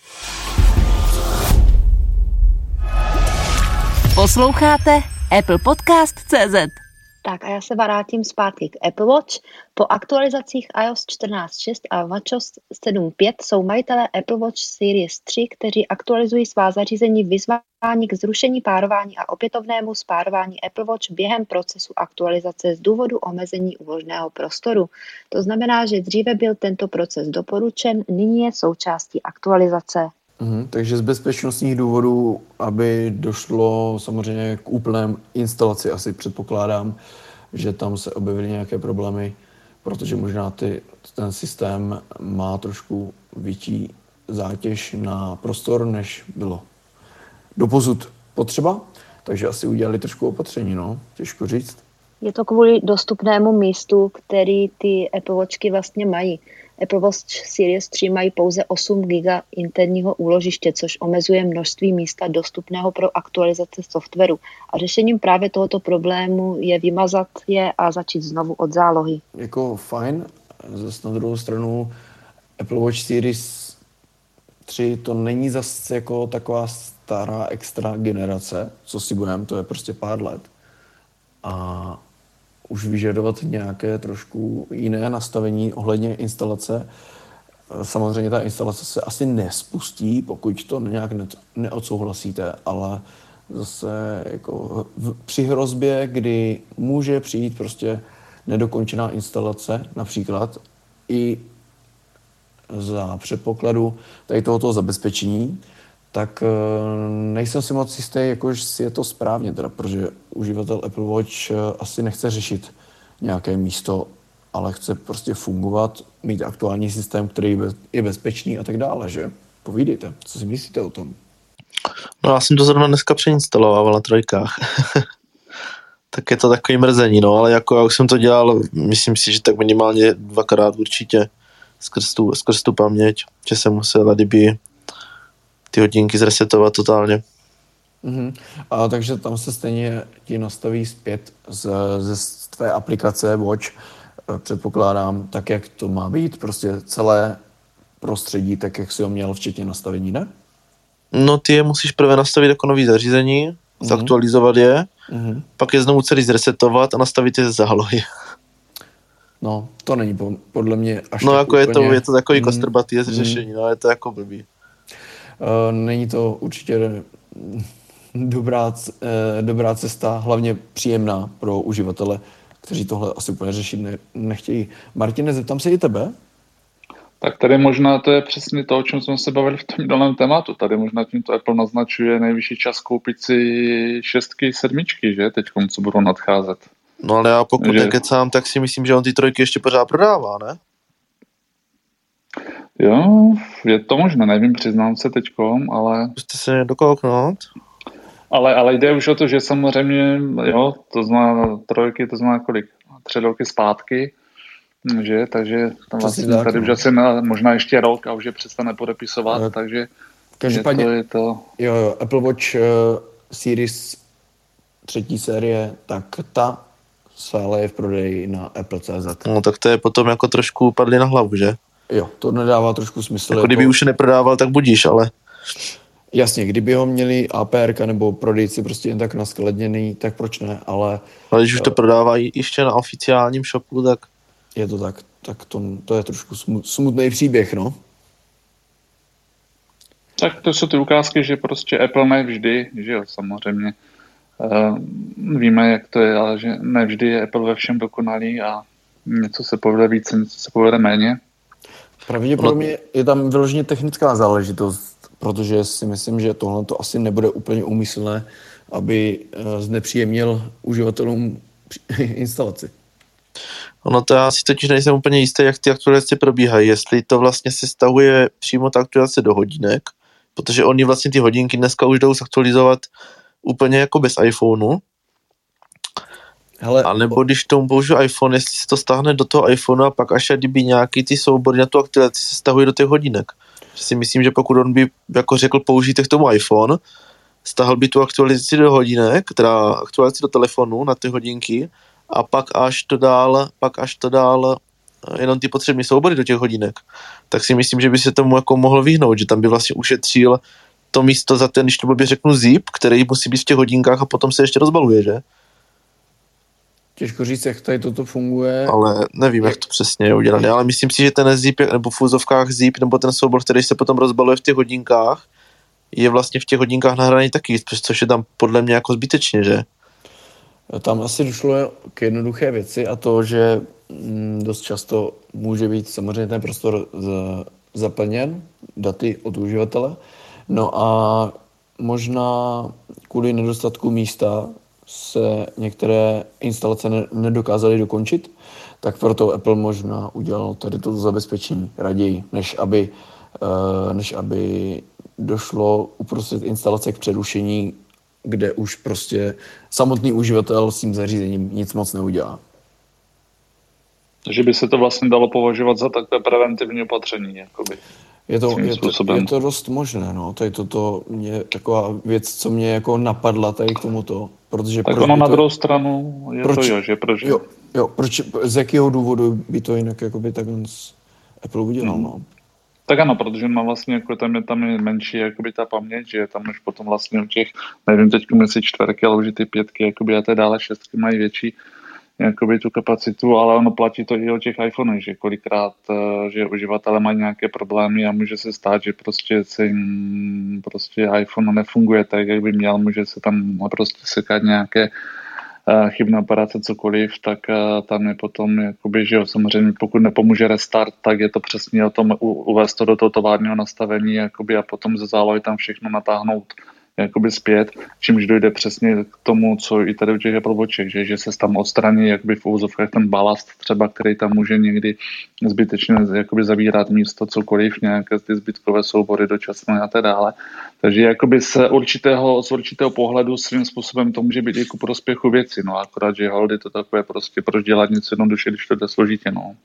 Posloucháte Apple Podcast tečka cé zet. Tak a já se vrátím zpátky k Apple Watch. Po aktualizacích iOS čtrnáct tečka šest a WatchOS sedm tečka pět jsou majitelé Apple Watch Series tři, kteří aktualizují svá zařízení vyzvání k zrušení párování a opětovnému spárování Apple Watch během procesu aktualizace z důvodu omezení úložného prostoru. To znamená, že dříve byl tento proces doporučen, nyní je součástí aktualizace. Mhm, takže z bezpečnostních důvodů, aby došlo samozřejmě k úplném instalaci, asi předpokládám, že tam se objevily nějaké problémy, protože možná ty, ten systém má trošku větší zátěž na prostor, než bylo doposud potřeba, takže asi udělali trošku opatření, no, těžko říct. Je to kvůli dostupnému místu, který ty Apple Watchky vlastně mají. Apple Watch Series tři mají pouze osm gigabajtů interního úložiště, což omezuje množství místa dostupného pro aktualizaci softwaru. A řešením právě tohoto problému je vymazat je a začít znovu od zálohy. Jako fajn, zase na druhou stranu Apple Watch Series tři to není zase jako taková stará extra generace, co si budeme, to je prostě pár let. A už vyžadovat nějaké trošku jiné nastavení ohledně instalace. Samozřejmě ta instalace se asi nespustí, pokud to nějak neodsouhlasíte, ale zase jako v, při hrozbě, kdy může přijít prostě nedokončená instalace, například i za předpokladu tady tohoto zabezpečení, tak nejsem si moc jistý, jakož je to správně, teda, protože uživatel Apple Watch asi nechce řešit nějaké místo, ale chce prostě fungovat, mít aktuální systém, který je bezpečný a tak dále, že? Povídejte, co si myslíte o tom? No já jsem to zrovna dneska přeinstaloval na trojkách. Tak je to takový mrzení, no, ale jako já už jsem to dělal, myslím si, že tak minimálně dvakrát určitě skrz tu, skrz tu paměť, že jsem musel kdyby ty hodinky zresetovat totálně. Mm-hmm. A takže tam se stejně ti nastaví zpět z, ze tvé aplikace Watch předpokládám, tak, jak to má být, prostě celé prostředí, tak, jak si ho měl, včetně nastavení, ne? No ty je musíš prvé nastavit jako nový zařízení, mm-hmm. zaktualizovat je, mm-hmm. pak je znovu celý zresetovat a nastavit je ze zálohy. No, to není po, podle mě až No tak jako úplně... je to, je to takový mm, kostrbatý mm, řešení, no je to jako blbý. Uh, není to určitě dobrá, uh, dobrá cesta, hlavně příjemná pro uživatele, kteří tohle asi úplně řešit ne, nechtějí. Martine, zeptám se i tebe? Tak tady možná to je přesně to, o čem jsme se bavili v tom daném tématu. Tady možná tímto Apple naznačuje nejvyšší čas koupit si šestky, sedmičky, že? Teďkom, co budou nadcházet. No ale já pokud že... nekecám, tak si myslím, že on ty trojky ještě pořád prodává, ne? Jo, je to možné, nevím, přiznám se teďkom, ale... Můžete se dokouknout? Ale, ale jde už o to, že samozřejmě, jo, to znamená trojky, to znamená kolik? Tři roky zpátky, že? Takže tam vlastně tak, tady no. Už asi na, možná ještě rok a už je přestane podepisovat, no, takže každopádně, je to, je to... Jo, jo, Apple Watch uh, Series třetí série, tak ta stále je v prodeji na Apple tečka cé zet. No tak to je potom jako trošku padli na hlavu, že? Jo, to nedává trošku smysl. Jako, jako kdyby už neprodával, tak budíš, ale... Jasně, kdyby ho měli á pé erka nebo prodejci prostě jen tak naskladněný, tak proč ne, ale... Ale když už to prodávají ještě na oficiálním shopu, tak... Je to tak, tak to, to je trošku smutný příběh, no. Tak to jsou ty ukázky, že prostě Apple ne vždy, že jo, samozřejmě. Uh, víme, jak to je, ale že ne vždy je Apple ve všem dokonalý a něco se povede více, něco se povede méně. Pravděpodobně je tam vyloženě technická záležitost, protože si myslím, že tohle to asi nebude úplně úmyslné, aby znepříjemnil uživatelům instalaci. Ono to já si totiž nejsem úplně jistý, jak ty aktualizace probíhají, jestli to vlastně se stahuje přímo ta aktualizace do hodinek, protože oni vlastně ty hodinky dneska už jdou zaktualizovat úplně jako bez iPhoneu. Hele, a nebo když tomu použiju iPhone, jestli se to stáhne do toho iPhoneu a pak až kdyby nějaký ty soubory na tu aktualizaci se stahují do těch hodinek. Že si myslím, že pokud on by jako řekl použijte k tomu iPhone, stáhl by tu aktualizaci do hodinek, teda aktualizaci do telefonu na ty hodinky a pak až to dál, pak až to dál jenom ty potřebné soubory do těch hodinek, tak si myslím, že by se tomu jako mohl vyhnout, že tam by vlastně ušetřil to místo za ten, když to blbě řeknu, zip, který musí být v těch hodinkách a potom se ještě rozbaluje, že? Těžko říct, jak tady toto funguje. Ale nevím, jak to přesně je udělané, ale myslím si, že ten zip, nebo v úzovkách zip, nebo ten soubor, který se potom rozbaluje v těch hodinkách, je vlastně v těch hodinkách nahraný taky, což je tam podle mě jako zbytečně, že? Tam asi došlo k jednoduché věci a to, že dost často může být samozřejmě ten prostor zaplněn daty od uživatele. No a možná kvůli nedostatku místa se některé instalace ne- nedokázaly dokončit, tak proto Apple možná udělal tady toto zabezpečení raději, než aby, uh, než aby došlo uprostřed instalace k přerušení, kde už prostě samotný uživatel s tím zařízením nic moc neudělá. Takže by se to vlastně dalo považovat za takové preventivní opatření, jakoby. Je to, je, to, je to dost možné, no. Tady toto je taková věc, co mě jako napadla tady k tomuto, protože... Tak ono to, na druhou stranu je proč, to jo, že proč... Jo, jo, proč, z jakého důvodu by to jinak jakoby takhle Apple udělal, no. Tak ano, protože má vlastně, jako tam je, tam je menší jakoby ta paměť, že tam už potom vlastně u těch, nevím teď jestli čtverky, ale už ty pětky, jakoby a té dále šestky mají větší jakoby tu kapacitu, ale ono platí to i o těch iPhonech, že kolikrát, že uživatelé mají nějaké problémy a může se stát, že prostě se jim prostě iPhone nefunguje tak, jak by měl, může se tam prostě sekat nějaké chybné operace, cokoliv, tak tam je potom, jakoby, že jo, samozřejmě pokud nepomůže restart, tak je to přesně o tom uvést to do toho továrního nastavení jakoby, a potom ze zálohy tam všechno natáhnout jakoby zpět, čímž dojde přesně k tomu, co i tady u těch Apple Watchech, že, že se tam odstraní jakoby v úvozovkách ten balast třeba, který tam může někdy zbytečně jakoby zabírat místo cokoliv, nějaké ty zbytkové soubory dočasné a tak dále. Takže jakoby z určitého, z určitého pohledu svým způsobem to může být i ku prospěchu věci, no akorát, že hold je to takové prostě, proč dělat něco jednoduše, když to jde složitě, no.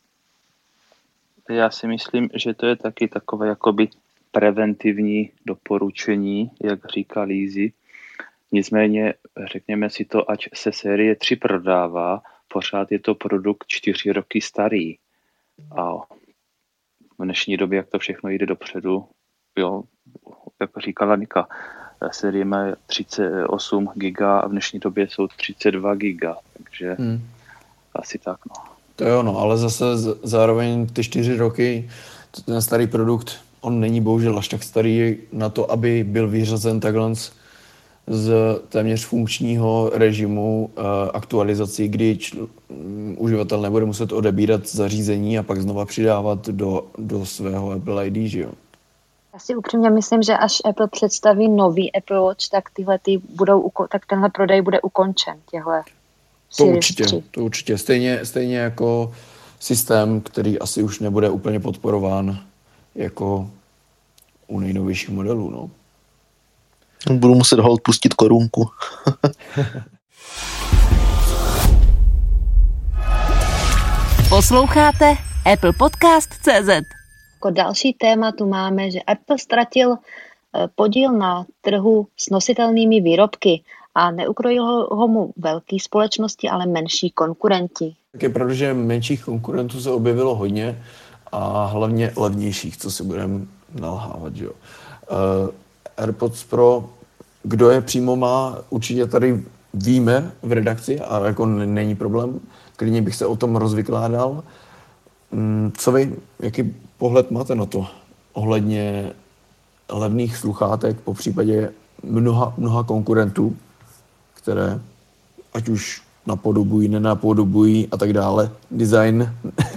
Já si myslím, že to je taky takové jakoby preventivní doporučení, jak říká Lízy. Nicméně, řekněme si to, ať se série tři prodává, pořád je to produkt čtyři roky starý. A v dnešní době, jak to všechno jde dopředu, jo, jako říkala Nika, série má třicet osm giga a v dnešní době jsou třicet dva giga, takže hmm. asi tak, no. To jo, no, ale zase z- zároveň ty čtyři roky, ten starý produkt, on není bohužel až tak starý na to, aby byl vyřazen takhle z téměř funkčního režimu uh, aktualizací, kdy čl- uživatel nebude muset odebírat zařízení a pak znova přidávat do, do svého Apple I D, že jo? Já si upřímně myslím, že až Apple představí nový Apple Watch, tak tyhle ty budou, tak tenhle prodej bude ukončen, těhle To určitě, to určitě. Stejně, stejně jako systém, který asi už nebude úplně podporován jako u nejnovějších modelů, no. Budu muset hold pustit korunku. Posloucháte Apple Podcast tečka cé zet. Jako další téma tu máme, že Apple ztratil podíl na trhu s nositelnými výrobky a neukrojil ho mu velké společnosti, ale menší konkurenti. Tak je pravda, že menších konkurentů se objevilo hodně a hlavně levnějších, co si budeme nalhávat, že jo. Uh, AirPods Pro, kdo je přímo má, určitě tady víme v redakci a jako n- není problém, klidně bych se o tom rozvykládal. Mm, co vy, jaký pohled máte na to ohledně levných sluchátek, po případě mnoha, mnoha konkurentů, které ať už napodobují, nenapodobují a tak dále, design.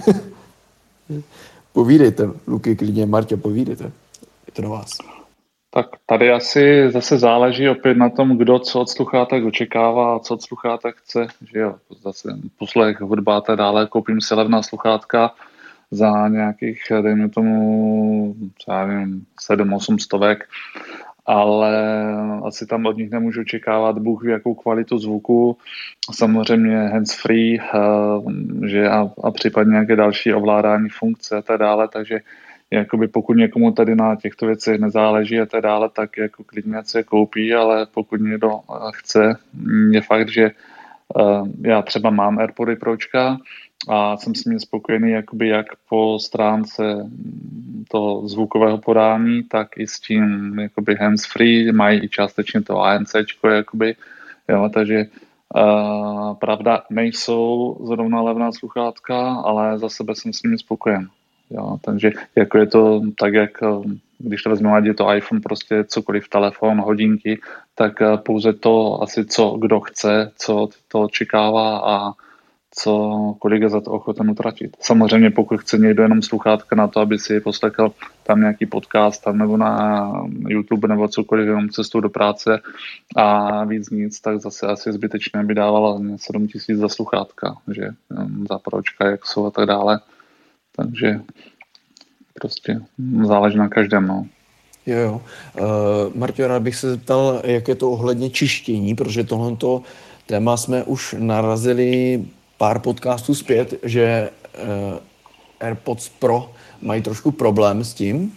Povídejte, Luky, klidně, Martě, povídejte. Je to na vás. Tak tady asi zase záleží opět na tom, kdo co od sluchátek očekává a co od sluchátek chce. Že jo, zase poslech, hudba a tak dále, koupím si levná sluchátka za nějakých, dejme tomu, já nevím, sedm osm stovek, ale asi tam od nich nemůžu očekávat Bůh ví jakou kvalitu zvuku, samozřejmě hands-free, že a, a případně nějaké další ovládání funkce a tak dále, takže jakoby pokud někomu tady na těchto věcech nezáleží a tak dále, tak jako klidně se koupí, ale pokud někdo chce, je fakt, že já třeba mám AirPody Pročka a jsem s nimi spokojený jakoby jak po stránce toho zvukového podání, tak i s tím jakoby hands-free, mají i částečně to A N C čko, jakoby, jo, takže uh, pravda nejsou zrovna levná sluchátka, ale za sebe jsem s nimi spokojen. Jo, takže jako je to tak, jak když to vezmeme, ať je to iPhone, prostě cokoliv, telefon, hodinky, tak pouze to asi, co kdo chce, co to očekává a co kolik je za to ochoten utratit. Samozřejmě pokud chce někdo jenom sluchátka na to, aby si poslechal tam nějaký podcast tam nebo na YouTube nebo cokoliv, jenom cestou do práce a víc nic, tak zase asi zbytečné by dával sedm tisíc za sluchátka, že za Pročka, jak jsou a tak dále. Takže prostě záleží na každém, no. Jo, jo. Uh, Marťo, rád bych se zeptal, jak je to ohledně čištění, protože tohleto téma jsme už narazili pár podcastů zpět, že uh, AirPods Pro mají trošku problém s tím.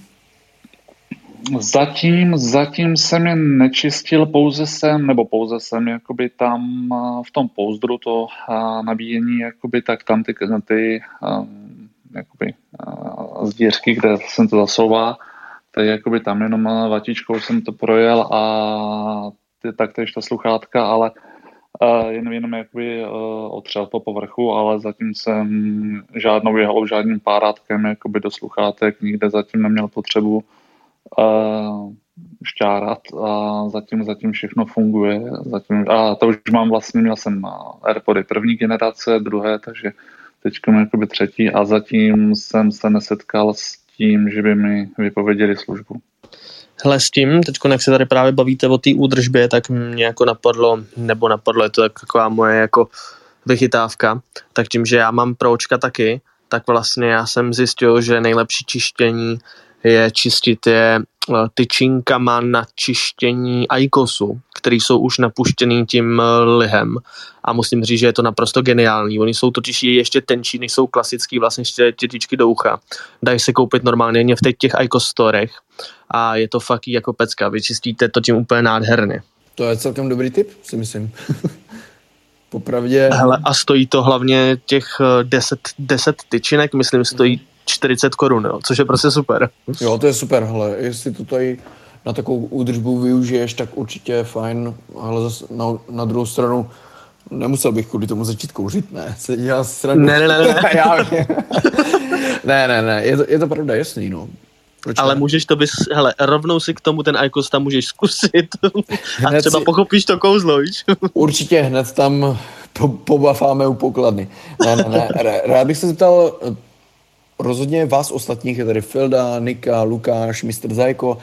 Zatím, zatím jsem je nečistil, pouze jsem, nebo pouze jsem jakoby tam v tom pouzdru to nabíjení, jakoby, tak tam ty, ty um, jakoby z dířky, kde jsem to zasouvá, tak jakoby tam jenom vatičkou jsem to projel a ty, taktéž ta sluchátka, ale uh, jenom, jenom jakoby uh, otřel po povrchu, ale zatím jsem žádnou jehlou, žádným párátkem jakoby do sluchátek nikde zatím neměl potřebu uh, šťárat a zatím, zatím všechno funguje. Zatím, a to už mám vlastně, měl jsem AirPody první generace, druhé, takže teď jakoby třetí a zatím jsem se nesetkal s tím, že by mi vypověděli službu. Hele, s tím, teď jak se tady právě bavíte o té údržbě, tak mě jako napadlo, nebo napadlo, je to taková moje jako vychytávka, tak tím, že já mám Pročka taky, tak vlastně já jsem zjistil, že nejlepší čištění je čistit je tyčinkama na čištění iQOSu, který jsou už napuštěný tím lihem a musím říct, že je to naprosto geniální. Oni jsou totiž ještě tenčí, než jsou klasický vlastně štětičky do ucha. Dají se koupit normálně v těch iQOS storech a je to fakt jako pecka. Vyčistíte to tím úplně nádherně. To je celkem dobrý tip, si myslím. popravdě... Hele, a stojí to hlavně těch deset tyčinek, myslím, stojí čtyřicet korun, jo, což je prostě super. Jo, to je super, hele, jestli to tady na takovou údržbu využiješ, tak určitě fajn, ale zase na, na druhou stranu nemusel bych kvůli tomu začít kouřit, ne, se dělá srandu. Ne, ne, ne, ne. Já, ne, ne, ne, je to, je to pravda, jasný, no. Proč ale ne? můžeš to bys, hele, rovnou si k tomu ten iQOS tam můžeš zkusit a Hned třeba si... pochopíš to kouzlo, víš? Určitě hned tam po, pobafáme u pokladny. Ne, ne, ne, rád bych se zeptal, rozhodně vás ostatních, je tady Filda, Nika, Lukáš, mistr Zajko, uh,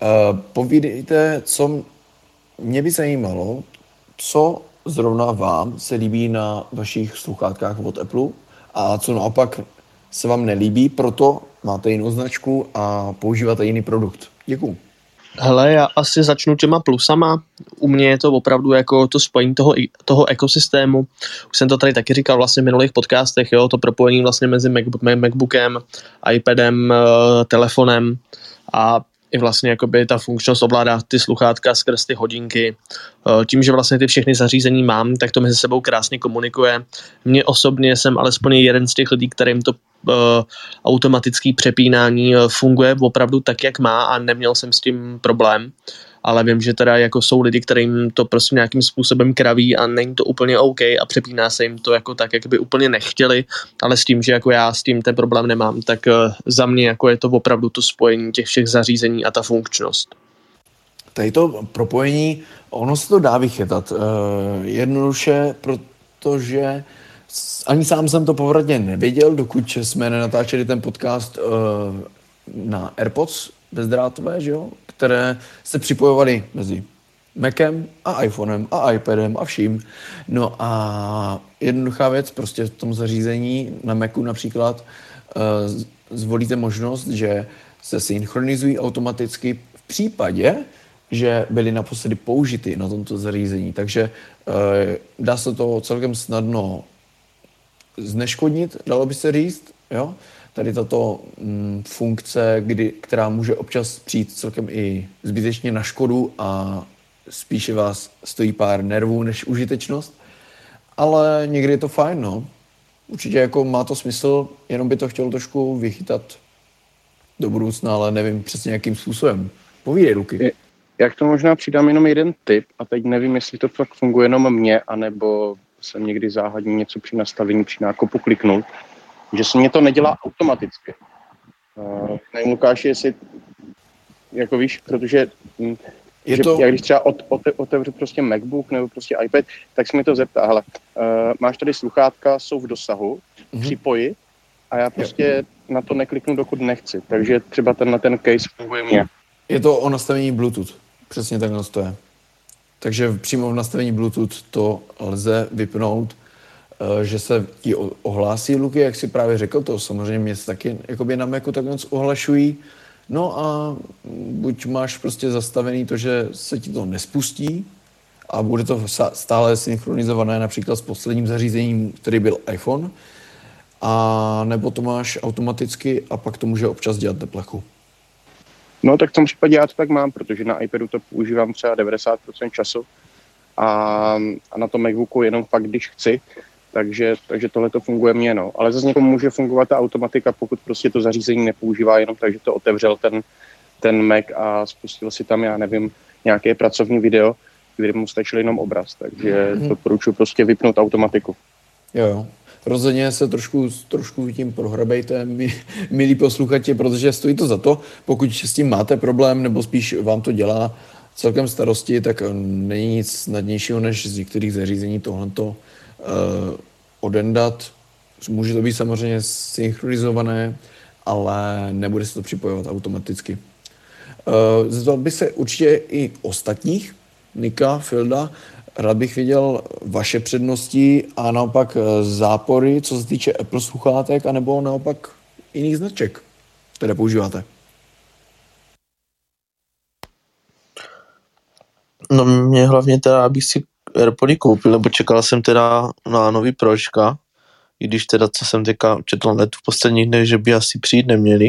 povídejte, co mě by zajímalo, co zrovna vám se líbí na vašich sluchátkách od Apple a co naopak se vám nelíbí, proto máte jinou značku a používáte jiný produkt. Děkuju. Hele, já asi začnu těma plusama. U mě je to opravdu jako to spojení toho, toho ekosystému. Už jsem to tady taky říkal vlastně v minulých podcastech, jo, to propojení vlastně mezi Macbook, Macbookem, iPadem, telefonem a i vlastně jakoby ta funkčnost ovládá ty sluchátka skrz ty hodinky. Tím, že vlastně ty všechny zařízení mám, tak to mezi sebou krásně komunikuje. Mně osobně jsem alespoň jeden z těch lidí, kterým to uh, automatické přepínání uh, funguje opravdu tak, jak má a neměl jsem s tím problém. Ale vím, že teda jako jsou lidi, kterým to prostě nějakým způsobem kraví a není to úplně OK a přepíná se jim to jako tak, jak by úplně nechtěli, ale s tím, že jako já s tím ten problém nemám, tak uh, za mě jako je to opravdu to spojení těch všech zařízení a ta funkčnost. Tady to propojení, ono se to dá vychytat. Uh, jednoduše, protože ani sám jsem to povratně nevěděl, dokud jsme nenatáčeli ten podcast uh, na AirPods bezdrátové, že jo? Které se připojovaly mezi Macem a iPhonem a iPadem a vším. No a jednoduchá věc, prostě v tom zařízení na Macu například uh, zvolíte možnost, že se synchronizují automaticky v případě, že byly naposledy použity na tomto zařízení. Takže uh, dá se to celkem snadno zneškodnit, dalo by se říct, jo? Tady tato mm, funkce, kdy, která může občas přijít celkem i zbytečně na škodu a spíše vás stojí pár nervů než užitečnost, ale někdy je to fajn, no. Určitě jako má to smysl, jenom by to chtělo trošku vychytat do budoucna, ale nevím přesně jakým způsobem. Povídej, Luky. Jak to možná přidám jenom jeden tip a teď nevím, jestli to fakt funguje jenom mně, anebo jsem někdy záhadně něco při nastavení při nákupu kliknul, že se mě to nedělá automaticky. Uh, nevím, Lukáši, jestli, jako víš, protože je že to... já když třeba od, ote, otevřu prostě MacBook nebo prostě iPad, tak se mi to zeptá, hele, uh, máš tady sluchátka, jsou v dosahu, mm-hmm. připoji a já prostě je. na to nekliknu, dokud nechci. Takže třeba ten na ten case funguje mě. Je to o nastavení Bluetooth. Přesně takhle to je. Takže přímo v nastavení Bluetooth to lze vypnout, že se ti ohlásí Luky, jak si právě řekl, to samozřejmě mě taky jakoby na Macu tak moc ohlašují. No a buď máš prostě zastavený to, že se ti to nespustí a bude to stále synchronizované například s posledním zařízením, který byl iPhone, a nebo to máš automaticky a pak to může občas dělat neplechu. No tak v tom případě já to tak mám, protože na iPadu to používám třeba devadesát procent času a, a na tom MacBooku jenom fakt, když chci. Takže, takže tohle to funguje mně, no. Ale zase někomu může fungovat ta automatika, pokud prostě to zařízení nepoužívá jenom tak, že to otevřel ten, ten Mac a spustil si tam, já nevím, nějaké pracovní video, kde mu stačil jenom obraz. Takže mm. doporučuji prostě vypnout automatiku. Jo, jo. Rozhodně se trošku, trošku tím prohrabejte, milí posluchači, protože stojí to za to. Pokud s tím máte problém, nebo spíš vám to dělá celkem starosti, tak není nic snadnějšího, než z některých zařízení tohleto Uh, odendat. Může to být samozřejmě synchronizované, ale nebude se to připojovat automaticky. Uh, zeptal bych se určitě i ostatních, Nika, Filda, rád bych viděl vaše přednosti a naopak zápory, co se týče Apple sluchátek, anebo naopak jiných značek, které používáte. No mě hlavně teda, abych si AirPody koupil, nebo čekal jsem teda na nový Pročka, i když teda, co jsem teďka četl na netu v posledních dnech, že by asi přijít neměli.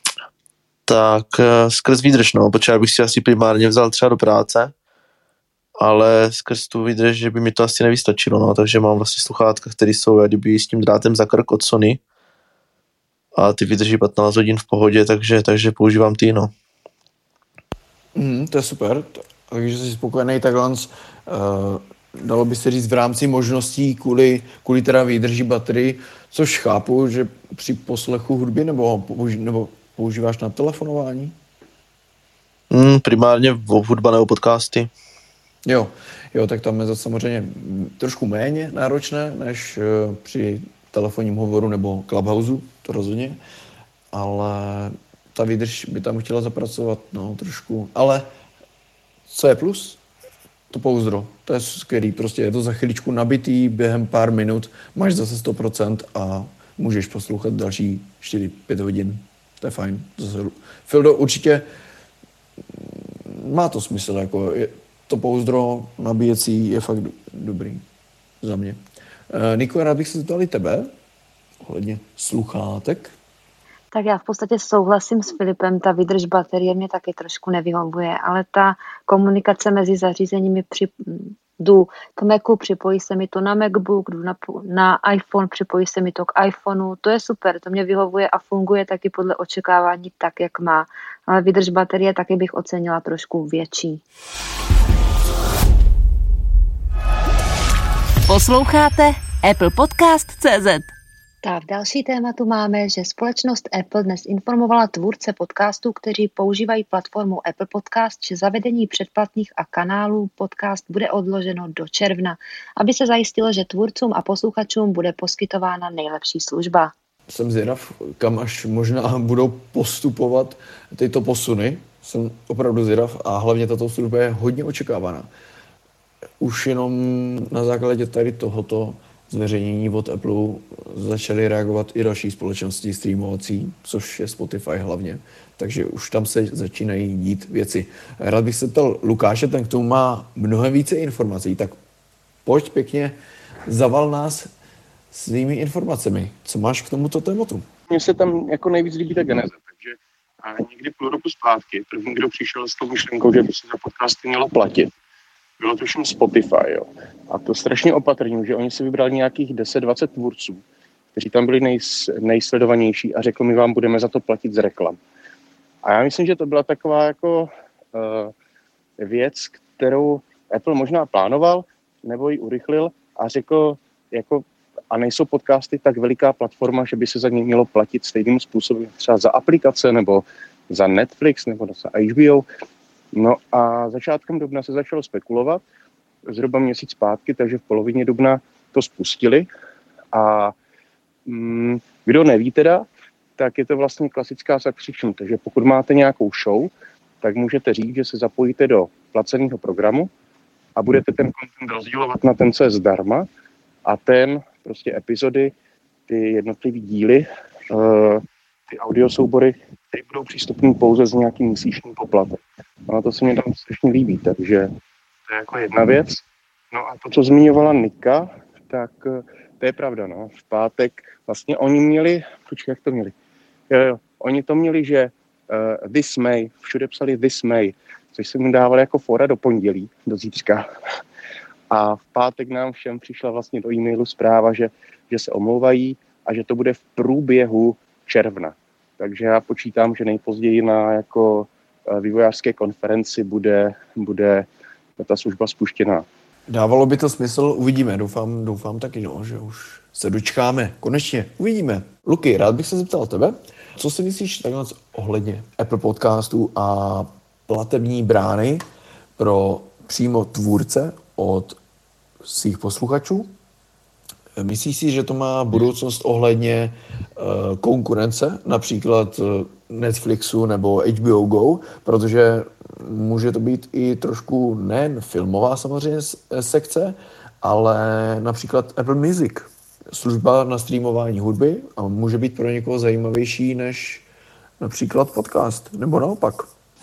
Tak skrz výdrž, no, protože já bych si asi primárně vzal třeba do práce ale skrz tu výdrž, že by mi to asi nevystačilo, no, takže mám vlastně sluchátka, které jsou jak kdyby s tím drátem za krk od Sony a ty vydrží patnáct hodin v pohodě, takže, takže používám ty, no. Mm, to je super, takže jsi spokojený takhle, uh, dalo by se říct v rámci možností kvůli, kvůli teda výdrží baterii, což chápu, že při poslechu hudby nebo, použi, nebo používáš na telefonování? Mm, primárně hudba nebo podcasty. Jo, jo, tak tam je to samozřejmě trošku méně náročné než uh, při telefonním hovoru nebo Clubhouseu, to rozhodně, ale ta výdrž by tam chtěla zapracovat, no, trošku, ale co je plus? To pouzdro, to je skvělý, prostě je to za chvíličku nabitý, během pár minut máš zase sto procent a můžeš poslouchat další čtyři pět hodin, to je fajn. Zase, Fildo, určitě má to smysl, jako je, to pouzdro nabíjecí je fakt do, dobrý za mě. E, Niko, rád bych se zeptal i tebe, ohledně sluchátek. Tak já v podstatě souhlasím s Filipem, ta výdrž baterie mě taky trošku nevyhovuje, ale ta komunikace mezi zařízeními, při, jdu k Macu, připojí se mi to na MacBook, jdu na, na iPhone, připojí se mi to k iPhoneu, to je super, to mě vyhovuje a funguje taky podle očekávání tak, jak má. Ale výdrž baterie taky bych ocenila trošku větší. Posloucháte Apple Podcast tečka cé zet. Tak další tématu máme, že společnost Apple dnes informovala tvůrce podcastů, kteří používají platformu Apple Podcast, že zavedení předplatných a kanálů podcast bude odloženo do června, aby se zajistilo, že tvůrcům a posluchačům bude poskytována nejlepší služba. Jsem zvědav, kam až možná budou postupovat tyto posuny. Jsem opravdu zvědav a hlavně tato služba je hodně očekávaná. Už jenom na základě tady tohoto zveřejnění od Apple začaly reagovat i další společnosti streamovací, což je Spotify hlavně. Takže už tam se začínají dít věci. Rád bych se ptal Lukáše, ten k tomu má mnohem více informací, tak pojď pěkně, zaval nás svými informacemi. Co máš k tomuto tématu? Mně se tam jako nejvíc líbí ta geneze, takže a někdy půl roku zpátky, první, kdo přišel s tou myšlenkou, že by se za podcasty mělo platit, bylo tuším Spotify, jo. A to strašně opatrně, že oni si vybrali nějakých deset dvacet tvůrců, kteří tam byli nej, nejsledovanější a řekl, my vám budeme za to platit z reklam. A já myslím, že to byla taková jako uh, věc, kterou Apple možná plánoval, nebo ji urychlil a řekl, jako, a nejsou podcasty tak veliká platforma, že by se za ně mělo platit stejným způsobem, třeba za aplikace, nebo za Netflix, nebo za H B O. No a začátkem dubna se začalo spekulovat, zhruba měsíc zpátky, takže v polovině dubna to spustili. A mm, kdo neví teda, tak je to vlastně klasická subscription, takže pokud máte nějakou show, tak můžete říct, že se zapojíte do placeného programu a budete ten content rozdělovat na ten, co je zdarma, a ten prostě epizody, ty jednotlivý díly, uh, ty audiosoubory, ty budou přístupné pouze s nějakým měsíčním poplatem. No a to se mi tam strašně líbí, takže to je jako jedna věc. No a to, co zmiňovala Nika, tak to je pravda, no. V pátek vlastně oni měli, počkej, jak to měli? Jo, jo, oni to měli, že uh, this May, všude psali this May, což se mu dávali jako fora do pondělí, do zítřka. A v pátek nám všem přišla vlastně do e-mailu zpráva, že, že se omlouvají a že to bude v průběhu června. Takže já počítám, že nejpozději na jako vývojářské konferenci bude, bude ta služba spuštěná. Dávalo by to smysl, uvidíme, doufám, doufám taky, no, že už se dočkáme, konečně, uvidíme. Luky, rád bych se zeptal tebe, co si myslíš takhle ohledně Apple podcastů a platební brány pro přímo tvůrce od svých posluchačů? Myslíš si, že to má budoucnost ohledně uh, konkurence, například uh, Netflixu nebo H B O Go, protože může to být i trošku nejen filmová samozřejmě sekce, ale například Apple Music, služba na streamování hudby a může být pro někoho zajímavější než například podcast, nebo naopak.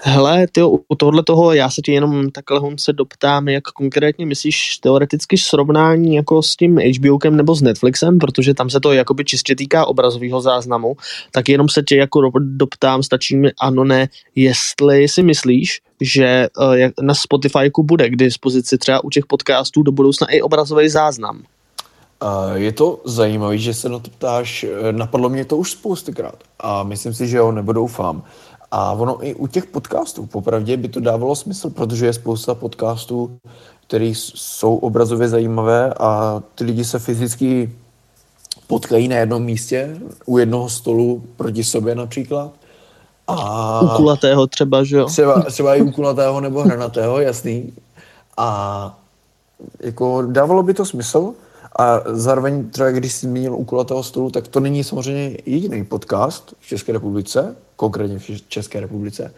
Hele, tyjo, u tohohle toho já se ti jenom takhle Honce doptám, jak konkrétně myslíš teoreticky srovnání jako s tím HBOkem nebo s Netflixem, protože tam se to jakoby čistě týká obrazového záznamu, tak jenom se tě jako doptám, stačí mi ano, ne, jestli si myslíš, že na Spotifyku bude k dispozici třeba u těch podcastů do budoucna i obrazový záznam. Je to zajímavé, že se na to ptáš, napadlo mě to už spoustukrát a myslím si, že jo, nebo doufám. A ono i u těch podcastů, popravdě by to dávalo smysl, protože je spousta podcastů, které jsou obrazově zajímavé a ty lidi se fyzicky potkají na jednom místě, u jednoho stolu proti sobě například. A u kulatého třeba, že jo? Třeba, třeba i u kulatého nebo hranatého, jasný. A jako dávalo by to smysl. A zároveň třeba, když jsi zmínil u kulatého stolu, tak to není samozřejmě jediný podcast v České republice, konkrétně v České republice,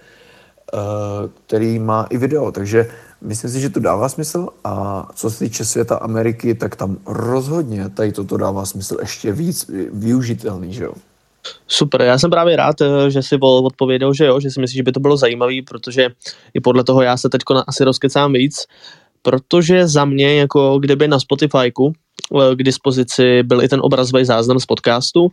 který má i video, takže myslím si, že to dává smysl a co se týče světa Ameriky, tak tam rozhodně tady toto dává smysl ještě víc využitelný, že jo? Super, já jsem právě rád, že jsi odpověděl, že jo, že si myslíš, že by to bylo zajímavý, protože i podle toho já se teďko asi rozkecám víc, protože za mě, jako kdyby na Spotifyku k dispozici byl i ten obrazový záznam z podcastu,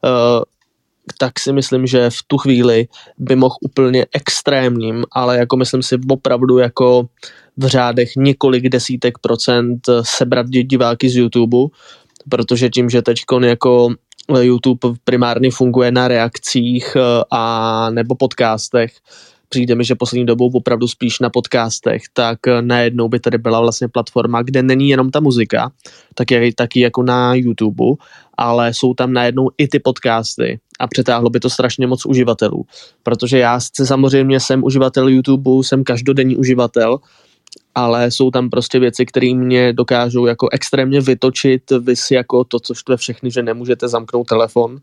tak si myslím, že v tu chvíli by mohl úplně extrémním, ale jako myslím si opravdu jako v řádech několik desítek procent sebrat diváky z YouTube, protože tím, že teďkon jako YouTube primárně funguje na reakcích a nebo podcastech, přijde mi, že poslední dobou opravdu spíš na podcastech, tak najednou by tady byla vlastně platforma, kde není jenom ta muzika, tak je taky jako na YouTube, ale jsou tam najednou i ty podcasty a přitáhlo by to strašně moc uživatelů, protože já sice samozřejmě jsem uživatel YouTube, jsem každodenní uživatel, ale jsou tam prostě věci, které mě dokážou jako extrémně vytočit, vys jako to, co štve všechny, že nemůžete zamknout telefon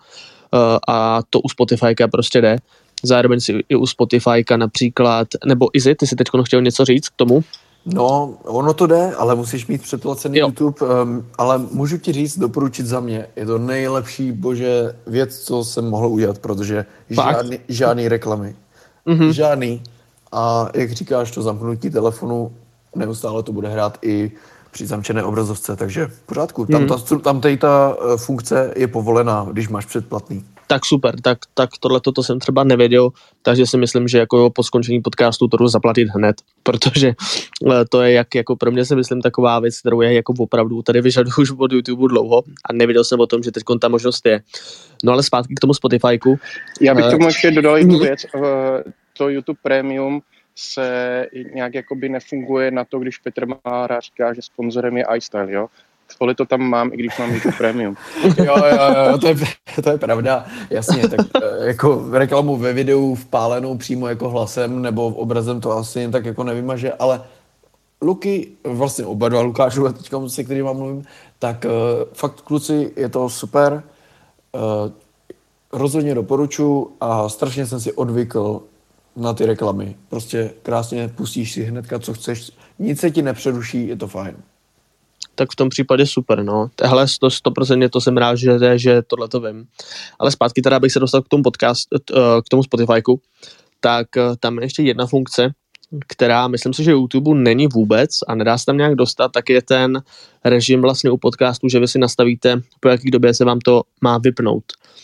a to u Spotifyka prostě jde. Zároveň si i u Spotifyka například, nebo Izzy, ty si teď chtěl něco říct k tomu? No, ono to jde, ale musíš mít předplacený jo. YouTube, um, ale můžu ti říct, doporučit za mě, je to nejlepší bože věc, co jsem mohl udělat, protože žádný, žádný reklamy, mm-hmm. žádný a jak říkáš, to zamknutí telefonu, neustále to bude hrát i při zamčené obrazovce, takže v pořádku, tam, mm. ta, tam tady ta funkce je povolená, když máš předplatný. Tak super, tak, tak tohleto to jsem třeba nevěděl, takže si myslím, že jako po skončení podcastu to jdu zaplatit hned, protože to je jak jako pro mě si myslím taková věc, kterou je jako opravdu tady vyžaduju už od YouTube dlouho a nevěděl jsem o tom, že teď ta možnost je. No ale zpátky k tomu Spotifyku. Já bych tomu ještě dodal jednu věc, to YouTube Premium se nějak jakoby nefunguje na to, když Petr Mára říká, že sponzorem je iStyle, jo? Kvůli to tam mám, i když mám YouTube Premium. Jo, jo, jo, to je, to je pravda, jasně, tak jako reklamu ve videu vpálenou přímo jako hlasem nebo obrazem to asi jen tak jako nevymaže, ale Luky, vlastně oba dva Lukášové teďka, se kterýma mluvím, tak uh, fakt kluci, je to super, uh, rozhodně doporučuji a strašně jsem si odvykl na ty reklamy. Prostě krásně pustíš si hnedka, co chceš, nic se ti nepřeruší, je to fajn. Tak v tom případě super, no. Hele, sto procent to jsem rád, že, že tohle to vím. Ale zpátky teda, abych se dostal k tomu podcast, k tomu Spotifyku, tak tam je ještě jedna funkce, která myslím si, že YouTube není vůbec a nedá se tam nějak dostat, tak je ten režim vlastně u podcastu, že vy si nastavíte, po jaký době se vám to má vypnout.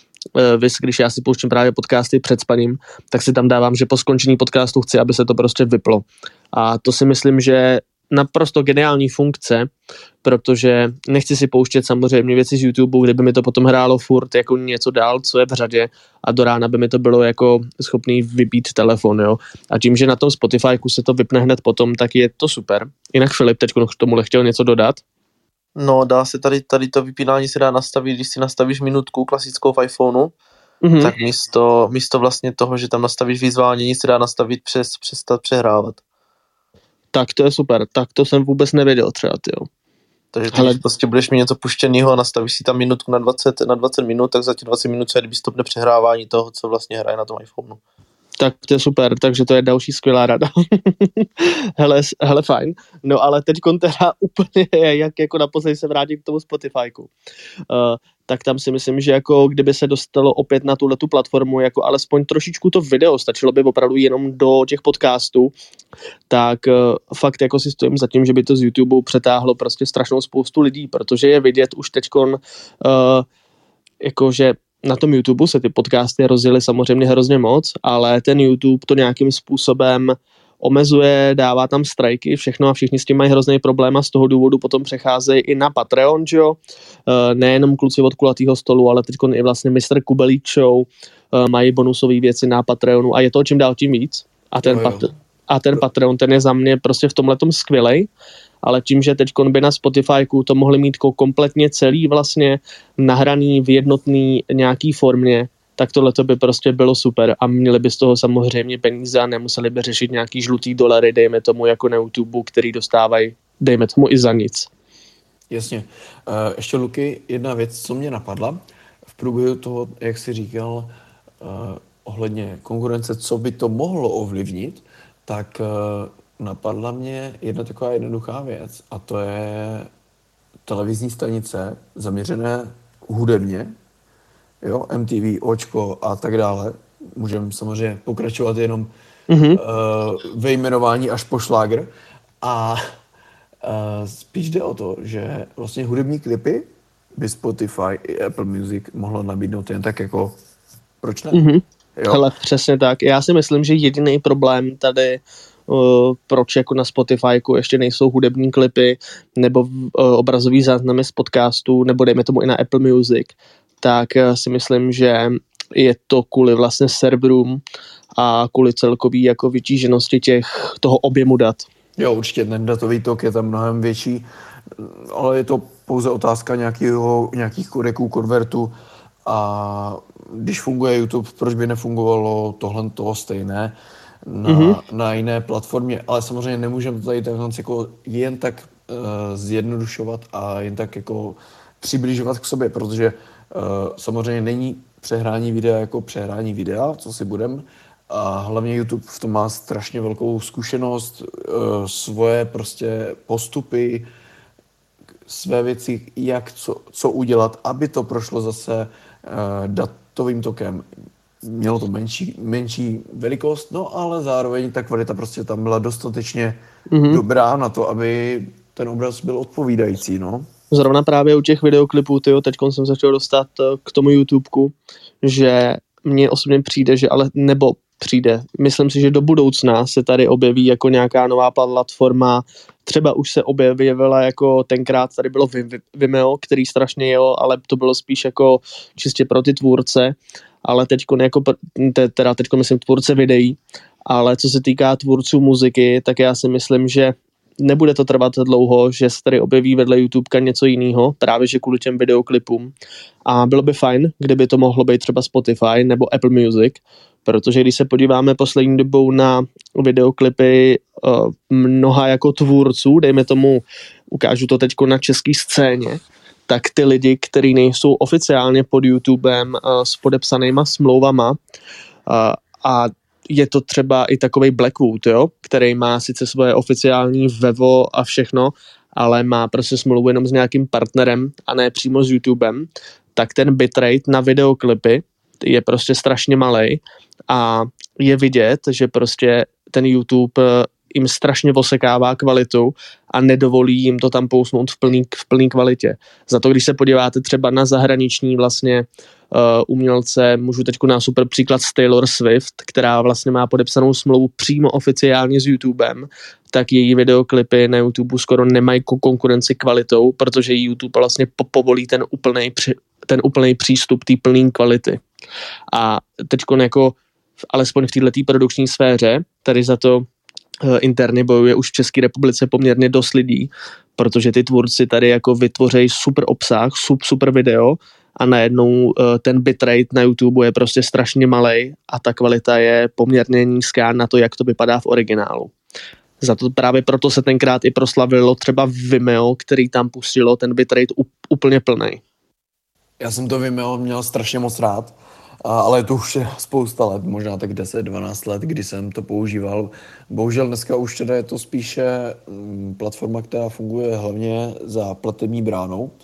Vy, když já si pouštím právě podcasty před spaním, tak si tam dávám, že po skončení podcastu chci, aby se to prostě vyplo. A to si myslím, že naprosto geniální funkce, protože nechci si pouštět samozřejmě věci z YouTube, kde by mi to potom hrálo furt jako něco dál, co je v řadě a do rána by mi to bylo jako schopný vypít telefon, jo. A tím, že na tom Spotifyku se to vypne hned potom, tak je to super. Jinak Filip teď k tomu chtěl něco dodat? No, dá se tady, tady to vypínání se dá nastavit, když si nastavíš minutku klasickou v iPhoneu, mm-hmm. tak místo, místo vlastně toho, že tam nastavíš vyzvánění, se dá nastavit přes přestat přehrávat. Tak to je super, tak to jsem vůbec nevěděl třeba, tyjo. Takže ty, když prostě budeš mít něco puštěnýho a nastavíš si tam minutku na dvacet, na dvacet minut, tak za těch dvacet minut se kdyby stopne přehrávání toho, co vlastně hraje na tom iPhoneu. Tak to je super, takže to je další skvělá rada. hele, hele, fajn. No ale teď teda úplně, jak jako naposledy se vrátím k tomu Spotifyku. Uh, tak tam si myslím, že jako kdyby se dostalo opět na tuhletu platformu, jako alespoň trošičku to video, stačilo by opravdu jenom do těch podcastů, tak uh, fakt jako si stojím za tím, že by to z YouTube přetáhlo prostě strašnou spoustu lidí, protože je vidět už teďkon uh, jakože na tom YouTube se ty podcasty rozjeli samozřejmě hrozně moc, ale ten YouTube to nějakým způsobem omezuje, dává tam strajky, všechno a všichni s tím mají hrozný problém a z toho důvodu potom přecházejí i na Patreon, že jo? Nejenom kluci od kulatýho stolu, ale teď i vlastně mistr Kubelík Show mají bonusové věci na Patreonu a je to čím dál tím víc. A ten, jo, jo. Pat- a ten Patreon, ten je za mě prostě v tomhletom skvělej, ale tím, že teď by na Spotifyku to mohli mít kompletně celý vlastně nahraný v jednotný nějaký formě, tak tohle by prostě bylo super a měli by z toho samozřejmě peníze a nemuseli by řešit nějaký žlutý dolary, dejme tomu jako na YouTube, který dostávají, dejme tomu i za nic. Jasně. Uh, ještě Luky, jedna věc, co mě napadla v průběhu toho, jak jsi říkal, uh, ohledně konkurence, co by to mohlo ovlivnit, tak uh, napadla mě jedna taková jednoduchá věc a to je televizní stanice zaměřené hudebně, jo, M T V, Očko a tak dále. Můžeme samozřejmě pokračovat jenom mm-hmm. uh, ve jmenování až po šlágr. A uh, spíš jde o to, že vlastně hudební klipy by Spotify i Apple Music mohlo nabídnout jen tak jako, proč ne? Mm-hmm. Jo. Hele, přesně tak. Já si myslím, že jediný problém tady, uh, proč jako na Spotifyku ještě nejsou hudební klipy nebo uh, obrazový záznamy z podcastů, nebo dejme tomu i na Apple Music, tak si myslím, že je to kvůli vlastně serverům a kvůli celkový jako vytíženosti těch, toho objemu dat. Jo, určitě ten datový tok je tam mnohem větší, ale je to pouze otázka nějakého, nějakých kodeků, konvertů a když funguje YouTube, proč by nefungovalo tohle toho stejné na, mm-hmm. na jiné platformě, ale samozřejmě nemůžeme to tady takhle jako jen tak uh, zjednodušovat a jen tak jako přibližovat k sobě, protože Uh, samozřejmě není přehrání videa jako přehrání videa, co si budem. A hlavně YouTube v tom má strašně velkou zkušenost, uh, svoje prostě postupy, své věci, jak co, co udělat, aby to prošlo zase uh, datovým tokem. Mělo to menší, menší velikost, no ale zároveň ta kvalita prostě tam byla dostatečně mm-hmm. dobrá na to, aby ten obraz byl odpovídající, no. Zrovna právě u těch videoklipů, tyjo, teďkon jsem se chtěl dostat k tomu YouTubeku, že mně osobně přijde, že ale nebo přijde. Myslím si, že do budoucna se tady objeví jako nějaká nová platforma, třeba už se objevila jako tenkrát tady bylo Vimeo, který strašně jelo, ale to bylo spíš jako čistě pro ty tvůrce, ale teďkon jako, teda teďkon myslím tvůrce videí, ale co se týká tvůrců muziky, tak já si myslím, že nebude to trvat dlouho, že se tady objeví vedle YouTubeka něco jiného, právě že kvůli těm videoklipům. A bylo by fajn, kdyby to mohlo být třeba Spotify nebo Apple Music, protože když se podíváme poslední dobou na videoklipy uh, mnoha jako tvůrců, dejme tomu, ukážu to teďko na české scéně, tak ty lidi, kteří nejsou oficiálně pod YouTubem uh, s podepsanýma smlouvama uh, a je to třeba i takovej Blackwood, jo, který má sice svoje oficiální Vevo a všechno, ale má prostě smlouvu jenom s nějakým partnerem a ne přímo s YouTubem, tak ten bitrate na videoklipy je prostě strašně malej a je vidět, že prostě ten YouTube jim strašně osekává kvalitu a nedovolí jim to tam pousnout v plný, v plný kvalitě. Za to, když se podíváte třeba na zahraniční vlastně uh, umělce, můžu teď na super příklad s Taylor Swift, která vlastně má podepsanou smlouvu přímo oficiálně s YouTubem, tak její videoklipy na YouTube skoro nemají konkurenci kvalitou, protože YouTube vlastně povolí ten úplnej, ten úplnej přístup té plné kvality. A teď jako alespoň v této produkční sféře, tady za to interně bojuje už v České republice poměrně dost lidí, protože ty tvůrci tady jako vytvořejí super obsah, super video a najednou ten bitrate na YouTube je prostě strašně malej a ta kvalita je poměrně nízká na to, jak to vypadá v originálu. Za to právě proto se tenkrát i proslavilo třeba Vimeo, který tam pustilo ten bitrate úplně plnej. Já jsem to Vimeo měl strašně moc rád, ale to už je spousta let, možná tak deset dvanáct let, kdy jsem to používal. Bohužel dneska už teda je to spíše platforma, která funguje hlavně za platební bránou.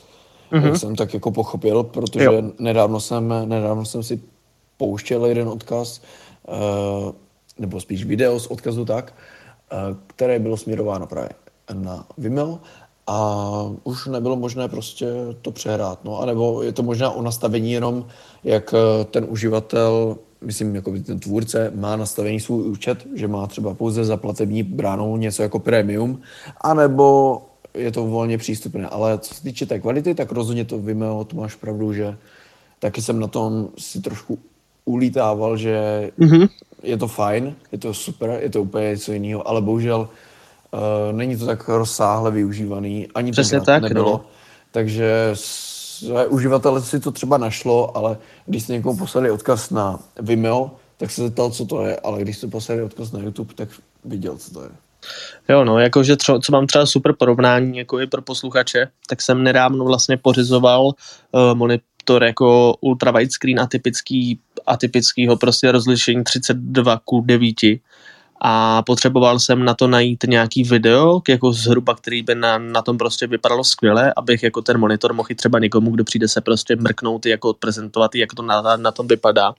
mm-hmm. jak jsem tak jako pochopil, protože jo. nedávno jsem, nedávno jsem si pouštěl jeden odkaz, uh, nebo spíš video z odkazu tak, uh, které bylo směrováno právě na Vimeo a už nebylo možné prostě to přehrát. No, anebo je to možná o nastavení jenom, jak ten uživatel, myslím, jako ten tvůrce, má nastavený svůj účet, že má třeba pouze za platební bránou něco jako premium, anebo je to volně přístupné. Ale co se týče té kvality, tak rozhodně to Vimeo, to máš pravdu, že taky jsem na tom si trošku ulítával, že mm-hmm. je to fajn, je to super, je to úplně něco jiného, ale bohužel uh, není to tak rozsáhle využívaný, ani přesně tak nebylo. No. Takže uživatel si to třeba našlo, ale když jste někomu poslali odkaz na Vimeo, tak se zeptal, co to je, ale když jste poslali odkaz na YouTube, tak viděl, co to je. Jo, no, jakože tře- co mám třeba super porovnání, jako i pro posluchače, tak jsem nedávno vlastně pořizoval uh, monitor jako ultra widescreen atypický, atypickýho prostě rozlišení třicet dva ku devíti a potřeboval jsem na to najít nějaký video, jako zhruba, který by na, na tom prostě vypadalo skvěle, abych jako ten monitor mohl třeba někomu, kdo přijde se prostě mrknout, jako odprezentovat, jak to na, na tom vypadá.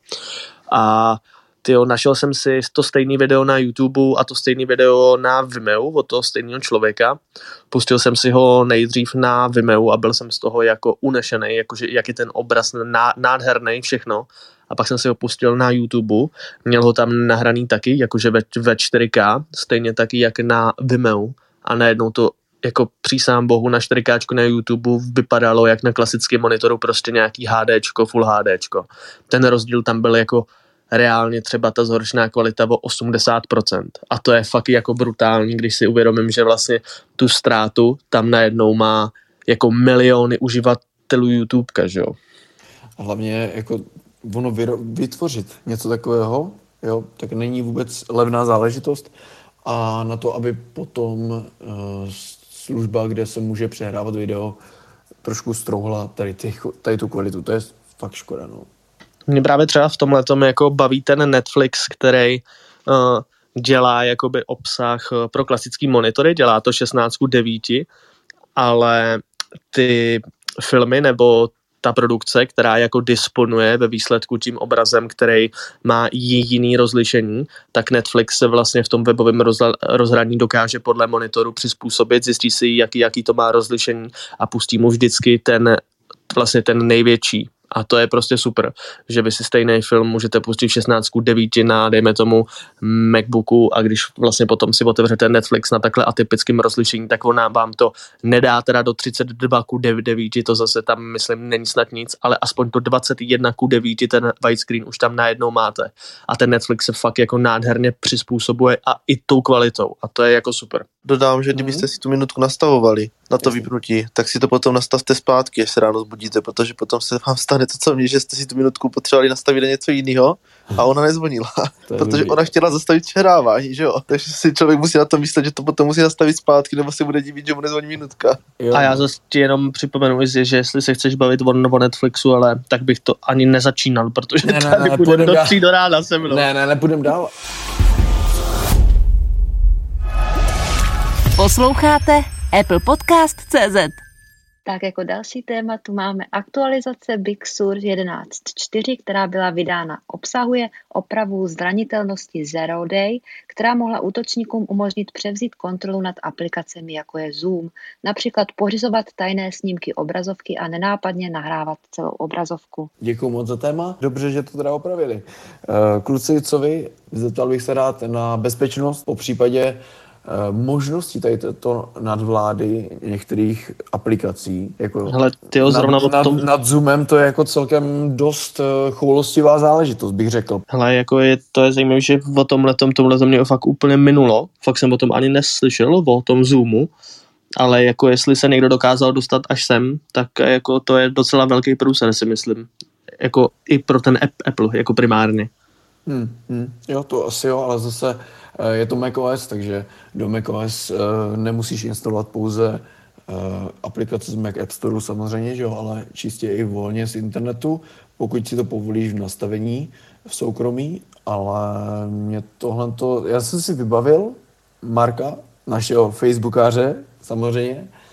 A tyjo, našel jsem si to stejné video na YouTube a to stejné video na Vimeo od toho stejného člověka. Pustil jsem si ho nejdřív na Vimeo a byl jsem z toho jako unešený, jakože jak je ten obraz ná, nádherný, všechno. A pak jsem si ho pustil na YouTube, měl ho tam nahraný taky, jakože ve, ve čtyři ká, stejně taky jak na Vimeo. A najednou to jako přísám bohu na čtyři ká na YouTube vypadalo jak na klasickém monitoru, prostě nějaký HDčko, full HDčko. Ten rozdíl tam byl jako reálně třeba ta zhoršená kvalita o osmdesát procent. A to je fakt jako brutální, když si uvědomím, že vlastně tu ztrátu tam najednou má jako miliony uživatelů YouTubeka, že jo. A hlavně jako ono vytvořit něco takového, jo, tak není vůbec levná záležitost a na to, aby potom uh, služba, kde se může přehrávat video, trošku strouhla tady, ty, tady tu kvalitu. To je fakt škoda, no. Mě právě třeba v tomhletom jako baví ten Netflix, který uh, dělá jakoby obsah pro klasický monitory, dělá to šestnáct ku devíti, ale ty filmy nebo ta produkce, která jako disponuje ve výsledku tím obrazem, který má jiný rozlišení, tak Netflix se vlastně v tom webovém rozla- rozhraní dokáže podle monitoru přizpůsobit, zjistí si, jaký, jaký to má rozlišení a pustí mu vždycky ten vlastně ten největší. A to je prostě super, že vy si stejný film můžete pustit v šestnáct ku devíti na, dejme tomu, MacBooku a když vlastně potom si otevřete Netflix na takhle atypickém rozlišení, tak on vám to nedá teda do třicet dva ku devíti, to zase tam, myslím, není snad nic, ale aspoň do dvacet jedna ku devíti ten widescreen už tam najednou máte. A ten Netflix se fakt jako nádherně přizpůsobuje a i tou kvalitou. A to je jako super. Dodám, že kdybyste si tu minutku nastavovali na to vypnutí, tak si to potom nastavte zpátky, až se ráno zbudíte, protože potom se vám stane to, co mě, že jste si tu minutku potřebovali nastavit na něco jiného a ona nezvonila, protože dobrý. Ona chtěla zastavit přehrávání, že jo? Takže si člověk musí na to myslet, že to potom musí nastavit zpátky, nebo si bude divit, že mu nezvoní minutka. Jo. A já zase ti jenom připomenu, že jestli se chceš bavit o, o Netflixu, ale tak bych to ani nezačínal, protože ne, tady ne, budem do tří do rána se mnou. Ne, ne, nepůjdem dál. Posloucháte Apple Podcast tečka cé zet. Tak jako další téma tu máme aktualizace Big Sur jedenáct tečka čtyři, která byla vydána. Obsahuje opravu zranitelnosti Zero Day, která mohla útočníkům umožnit převzít kontrolu nad aplikacemi, jako je Zoom, například pořizovat tajné snímky obrazovky a nenápadně nahrávat celou obrazovku. Děkuju moc za téma. Dobře, že to teda opravili. Kluci, co vy? Zeptal bych se rád na bezpečnost, po případě možnosti tady to nadvlády některých aplikací. Jako hele, tyjo, zrovna nad, nad, tom... nad Zoomem to je jako celkem dost choulostivá záležitost, bych řekl. Hele, jako je, to je zajímavé, že o tomhletom, tomhle to mě fakt úplně minulo. Fakt jsem o tom ani neslyšel, o tom Zoomu. Ale jako jestli se někdo dokázal dostat až sem, tak jako to je docela velký průser, si myslím. Jako i pro ten Apple, jako primárně. Hmm, hmm. Jo, to asi jo, ale zase je to macOS, takže do macOS uh, nemusíš instalovat pouze uh, aplikace z Mac App Store samozřejmě, že jo, ale čistě i volně z internetu, pokud si to povolíš v nastavení v soukromí, ale mě tohle to, já jsem si vybavil Marka, našeho facebookáře samozřejmě,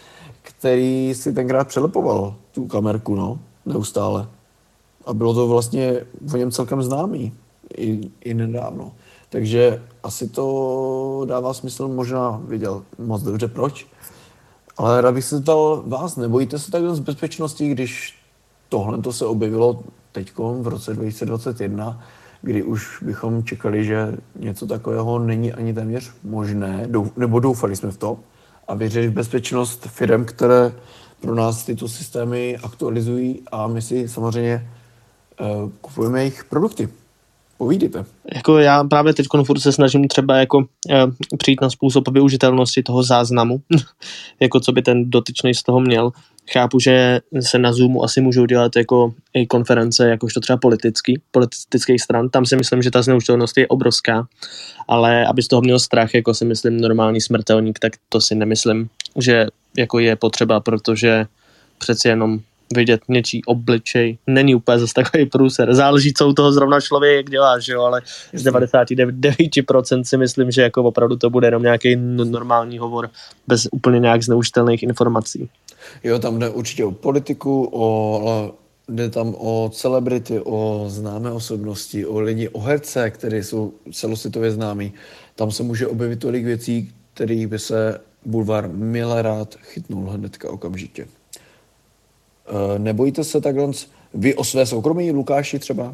který si tenkrát přelepoval tu kamerku, no, neustále. A bylo to vlastně o něm celkem známý i, i nedávno. Takže asi to dává smysl, možná viděl moc dobře proč. Ale rád bych se zeptal vás, nebojíte se takhle z bezpečnosti, když tohle to se objevilo teďkom v roce dva tisíce dvacet jedna, kdy už bychom čekali, že něco takového není ani téměř možné, nebo doufali jsme v to, a věřili v bezpečnost firem, které pro nás tyto systémy aktualizují a my si samozřejmě uh, kupujeme jejich produkty. Povídejte. Jako já právě teď furt se snažím třeba jako e, přijít na způsob využitelnosti toho záznamu, jako co by ten dotyčný z toho měl. Chápu, že se na Zoomu asi můžou dělat jako i konference, jakožto třeba politický, politických stran. Tam si myslím, že ta zneužitelnost je obrovská, ale aby z toho měl strach, jako si myslím normální smrtelník, tak to si nemyslím, že jako je potřeba, protože přeci jenom vidět něčí obličej není úplně zase takový průser. Záleží, co u toho zrovna člověk dělá, že jo, ale z devadesát devět procent si myslím, že jako opravdu to bude jenom nějaký normální hovor bez úplně nějak zneužitelných informací. Jo, tam jde určitě o politiku, o, ale jde tam o celebrity, o známé osobnosti, o lidi, o herce, kteří jsou celosvětově známí. Tam se může objevit tolik věcí, kterých by se bulvár mile rád chytnul hnedka okamžitě. Nebojíte se takhle vy o své soukromí, Lukáši, třeba?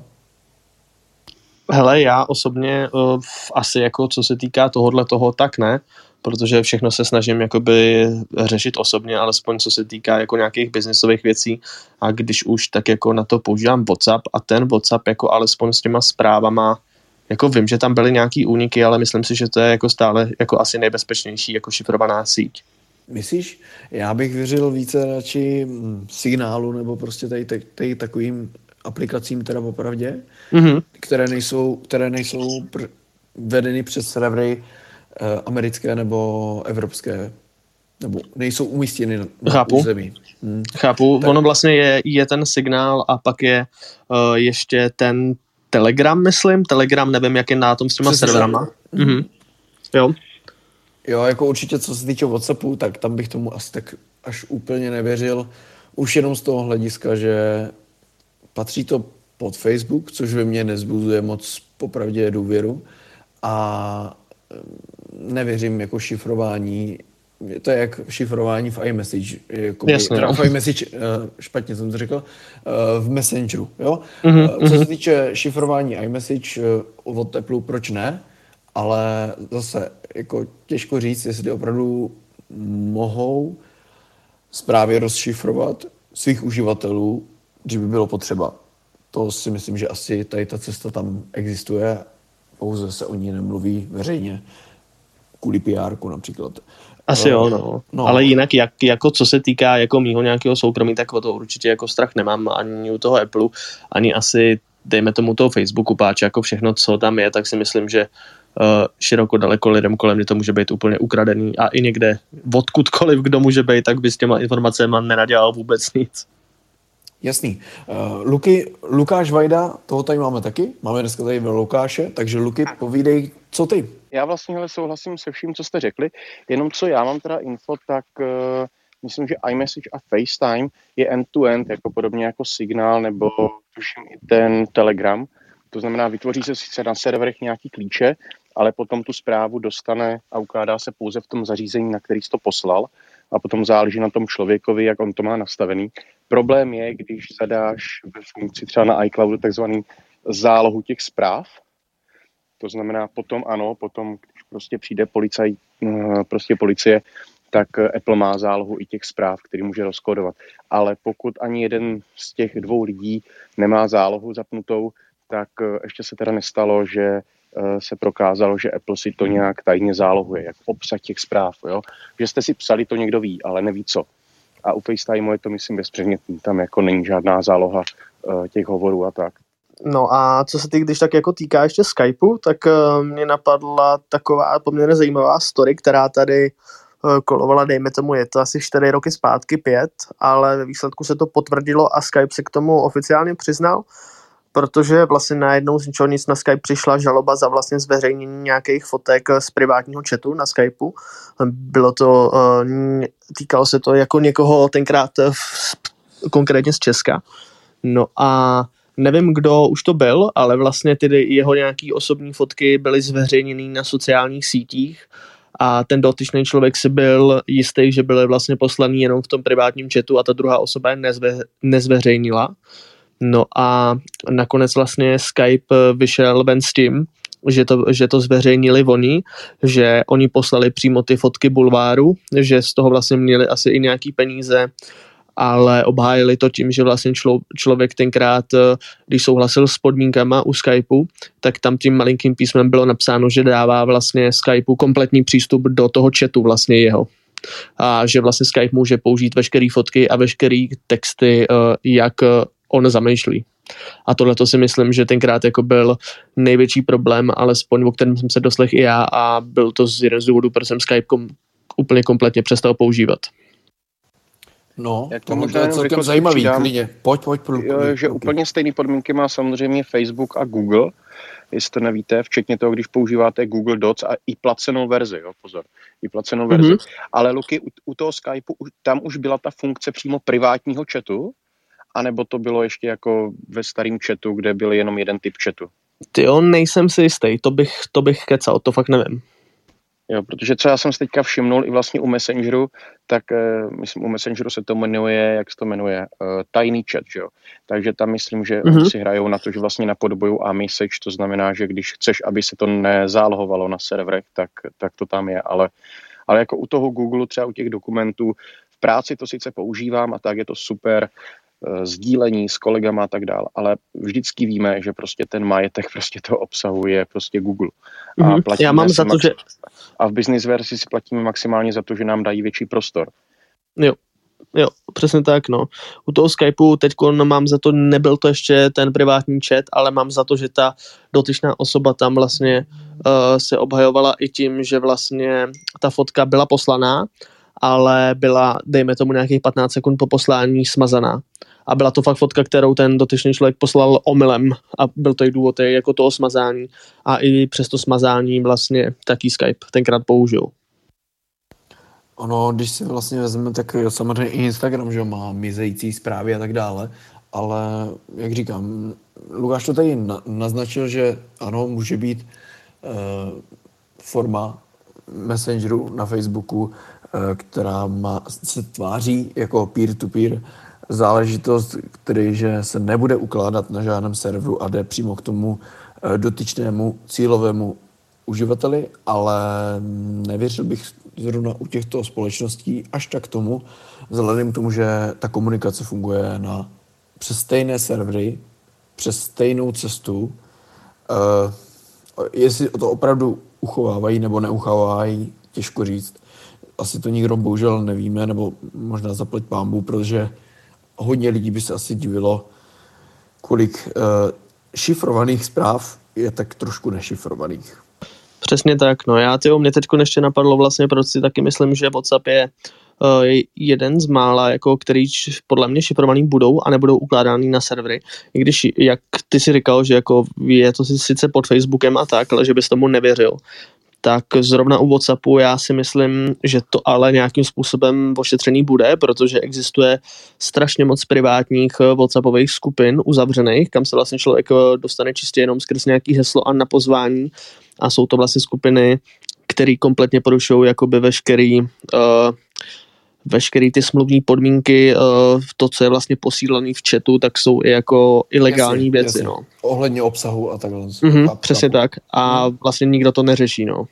Hele, já osobně uh, asi jako co se týká tohodle toho, tak ne, protože všechno se snažím jakoby řešit osobně, alespoň co se týká jako nějakých biznisových věcí, a když už, tak jako na to používám WhatsApp a ten WhatsApp jako alespoň s těma zprávama, jako vím, že tam byly nějaký úniky, ale myslím si, že to je jako stále jako asi nejbezpečnější jako šifrovaná síť. Myslíš? Já bych věřil více radši signálu nebo prostě tady, tady, tady takovým aplikacím teda popravdě, mm-hmm. které nejsou, které nejsou pr- vedeny přes servery eh, americké nebo evropské, nebo nejsou umístěny na, na území. Hmm. Chápu, tak. Ono vlastně je, je ten signál a pak je uh, ještě ten Telegram, myslím, Telegram, nevím, jak je na tom s těma Přesně serverama. Mm-hmm. Jo. Jo, jako určitě, co se týče WhatsAppu, tak tam bych tomu asi tak až úplně nevěřil. Už jenom z toho hlediska, že patří to pod Facebook, což ve mně nezbuzuje moc popravdě důvěru. A nevěřím jako šifrování. To je jak šifrování v iMessage. Jakoby, Jasně, teda v iMessage, špatně jsem to řekl, v Messengeru. Jo? Mm-hmm. Co se týče šifrování iMessage od Apple, proč ne? Ale zase jako těžko říct, jestli opravdu mohou zprávy rozšifrovat svých uživatelů, když by bylo potřeba. To si myslím, že asi tady ta cesta tam existuje, pouze se o ní nemluví veřejně. Kvůli P R ku například. Asi jo, no. no. Ale jinak, jak, jako co se týká jako mýho nějakého soukromí, tak o to určitě jako strach nemám ani u toho Apple, ani asi dejme tomu toho Facebooku, páč jako všechno, co tam je, tak si myslím, že uh, široko daleko lidem kolem mě to může být úplně ukradený a i někde odkudkoliv, kdo může být, tak by s těma informacemi nenadělal vůbec nic. Jasný. Uh, Luky, Lukáš Vajda, toho tady máme taky, máme dneska tady Lukáše, takže Luky, povídej, co ty? Já vlastně hele, souhlasím se vším, co jste řekli, jenom co já mám teda info, tak uh, myslím, že iMessage a FaceTime je end-to-end, jako podobně jako Signál nebo tuším i ten Telegram. To znamená, vytvoří se sice na serverech nějaký klíče, ale potom tu zprávu dostane a ukládá se pouze v tom zařízení, na který jsi to poslal, a potom záleží na tom člověkovi, jak on to má nastavený. Problém je, když zadáš ve funkci třeba na iCloudu takzvaný zálohu těch zpráv. To znamená potom ano, potom když prostě přijde policaj, prostě policie, tak Apple má zálohu i těch zpráv, který může rozkodovat. Ale pokud ani jeden z těch dvou lidí nemá zálohu zapnutou, tak ještě se teda nestalo, že se prokázalo, že Apple si to nějak tajně zálohuje, jak obsah těch zpráv. Jo? Že jste si psali, to někdo ví, ale neví co. A u FaceTime je to, myslím, bezpředmětný. Tam jako není žádná záloha uh, těch hovorů a tak. No a co se ty, když tak jako týká ještě Skypeu, tak uh, mě napadla taková poměrně zajímavá story, která tady uh, kolovala, dejme tomu, je to asi čtyři roky zpátky, pět, ale ve výsledku se to potvrdilo a Skype se k tomu oficiálně přiznal. protože vlastně najednou z ničeho nic na Skype přišla žaloba za vlastně zveřejnění nějakých fotek z privátního chatu na Skypeu. Bylo to, týkalo se to jako někoho tenkrát v, konkrétně z Česka. No a nevím, kdo už to byl, ale vlastně ty jeho nějaký osobní fotky byly zveřejněny na sociálních sítích a ten dotyčný člověk si byl jistý, že byly vlastně poslaný jenom v tom privátním chatu a ta druhá osoba je nezve, nezveřejnila. No a nakonec vlastně Skype vyšel ven s tím, že to, že to zveřejnili oni, že oni poslali přímo ty fotky bulváru, že z toho vlastně měli asi i nějaký peníze, ale obhájili to tím, že vlastně člo, člověk tenkrát, když souhlasil s podmínkama u Skypeu, tak tam tím malinkým písmem bylo napsáno, že dává vlastně Skypeu kompletní přístup do toho chatu vlastně jeho. A že vlastně Skype může použít veškeré fotky a veškeré texty, jak on zamýšlí. A tohle to si myslím, že tenkrát jako byl největší problém, alespoň o kterém jsem se doslechl i já a byl to z jeden z důvodů, proč jsem Skype kom, úplně kompletně přestal používat. No, Jak to to možná je celkem zajímavý, klidně. Pojď, pojď. Pojď, jo, pojď že úplně stejné podmínky má samozřejmě Facebook a Google, jestli to nevíte, včetně toho, když používáte Google Docs a i placenou verzi, jo, pozor, i placenou verzi. Mm-hmm. Ale Luky, u, u toho Skypeu, tam už byla ta funkce přímo privátního chatu, anebo to bylo ještě jako ve starém chatu, kde byl jenom jeden typ chatu? Tyjo, nejsem si jistý, to bych, to bych kecal, to fakt nevím. Jo, protože co já jsem si teďka všimnul i vlastně u Messengeru, tak uh, myslím u Messengeru se to jmenuje, jak se to jmenuje, uh, tajný chat, že jo. Takže tam myslím, že mm-hmm. oni si hrajou na to, že vlastně napodobují iMessage, to znamená, že když chceš, aby se to nezálohovalo na serverech, tak, tak to tam je, ale, ale jako u toho Google, třeba u těch dokumentů, v práci to sice používám a tak je to super, sdílení s kolegama a tak dále, ale vždycky víme, že prostě ten majetek prostě toho obsahu je prostě Google. A mm-hmm. Já mám za to, že... A v business verzi si platíme maximálně za to, že nám dají větší prostor. Jo, jo, přesně tak, no. U toho Skypeu teďko mám za to, nebyl to ještě ten privátní chat, ale mám za to, že ta dotyčná osoba tam vlastně uh, se obhajovala i tím, že vlastně ta fotka byla poslaná, ale byla, dejme tomu, nějakých patnáct sekund po poslání smazaná. A byla to fakt fotka, kterou ten dotyčný člověk poslal omylem a byl to i důvod jako toho smazání. A i přes to smazání vlastně taky Skype tenkrát použil. Ono, když si vlastně vezmeme, tak samozřejmě i Instagram, že má mizející zprávy a tak dále, ale jak říkám, Lukáš to tady na, naznačil, že ano, může být uh, forma Messengeru na Facebooku, uh, která má, se tváří jako peer-to-peer záležitost, který že se nebude ukládat na žádném serveru a jde přímo k tomu uh, dotyčnému cílovému uživateli, ale nevěřil bych zrovna u těchto společností až tak tomu, vzhledem k tomu, že ta komunikace funguje na přes stejné servery, přes stejnou cestu. Uh, jestli to opravdu uchovávají nebo neuchovávají, těžko říct. Asi to nikdo bohužel nevíme, nebo možná zaplať pánbů, protože hodně lidí by se asi divilo, kolik uh, šifrovaných zpráv je tak trošku nešifrovaných. Přesně tak, no já tyjo, mě teďko ještě napadlo vlastně, proč si taky myslím, že WhatsApp je uh, jeden z mála, jako který podle mě šifrovaný budou a nebudou ukládány na servery. I když, jak ty si říkal, že jako je to sice pod Facebookem a tak, ale že bys tomu nevěřil, tak zrovna u WhatsAppu já si myslím, že to ale nějakým způsobem ošetřený bude, protože existuje strašně moc privátních WhatsAppových skupin uzavřených, kam se vlastně člověk dostane čistě jenom skrz nějaký heslo a na pozvání. A jsou to vlastně skupiny, které kompletně porušují jakoby veškerý, uh, veškerý ty smluvní podmínky, uh, to, co je vlastně posílané v chatu, tak jsou i jako ilegální jasně, věci. Jasně. No. Ohledně obsahu a takhle. Mm-hmm, a, přesně a, tak. A vlastně nikdo to neřeší. No.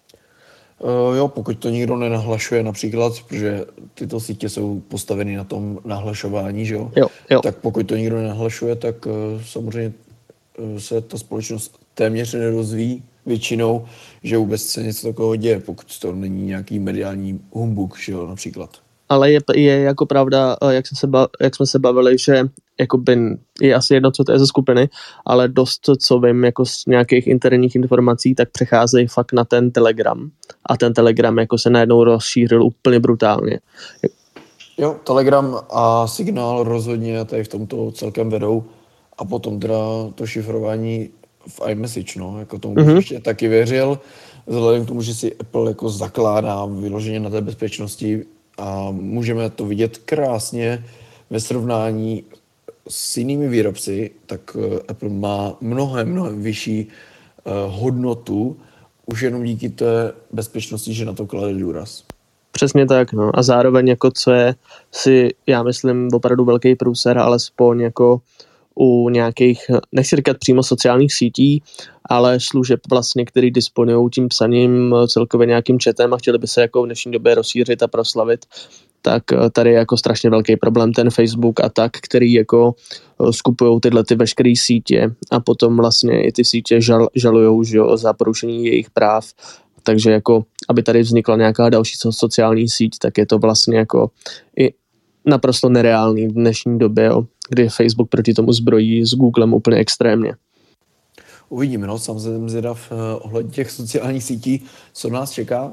Uh, jo, pokud to nikdo nenahlašuje například, protože tyto sítě jsou postaveny na tom nahlašování, že jo? Jo, jo. Tak pokud to nikdo nenahlašuje, tak uh, samozřejmě uh, se ta společnost téměř nedozví většinou, že vůbec se něco takového děje, pokud to není nějaký mediální humbuk, že jo, například. Ale je, je jako pravda, jak, se ba, jak jsme se bavili, že jakoby je asi jedno, co to je ze skupiny, ale dost, co vím jako z nějakých interních informací, tak přecházejí fakt na ten Telegram. A ten Telegram jako se najednou rozšířil úplně brutálně. Jo, Telegram a Signál rozhodně tady v tomto celkem vedou A potom teda to šifrování v iMessage, no, jako tomu Mhm. bych ještě taky věřil, vzhledem k tomu, že si Apple jako zakládá vyloženě na té bezpečnosti a můžeme to vidět krásně ve srovnání s jinými výrobci, tak eh, Apple má mnohem, mnohem vyšší eh, hodnotu už jenom díky té bezpečnosti, že na to klade důraz. Přesně tak, no. A zároveň jako co je si, já myslím, opravdu velký průser, alespoň jako u nějakých, nechci říkat přímo sociálních sítí, ale služeb vlastně, který disponují tím psaním, celkově nějakým chatem a chtěli by se jako v dnešní době rozšířit a proslavit, tak tady je jako strašně velký problém ten Facebook a tak, který jako skupují tyhle ty veškeré sítě a potom vlastně i ty sítě žal, žalujou, že jo, za porušení jejich práv. Takže jako, aby tady vznikla nějaká další sociální síť, tak je to vlastně jako i naprosto nereálný v dnešní době, jo, kdy Facebook proti tomu zbrojí s Googlem úplně extrémně. Uvidíme, no, sám jsem zvědav uh, ohledně těch sociálních sítí, co nás čeká.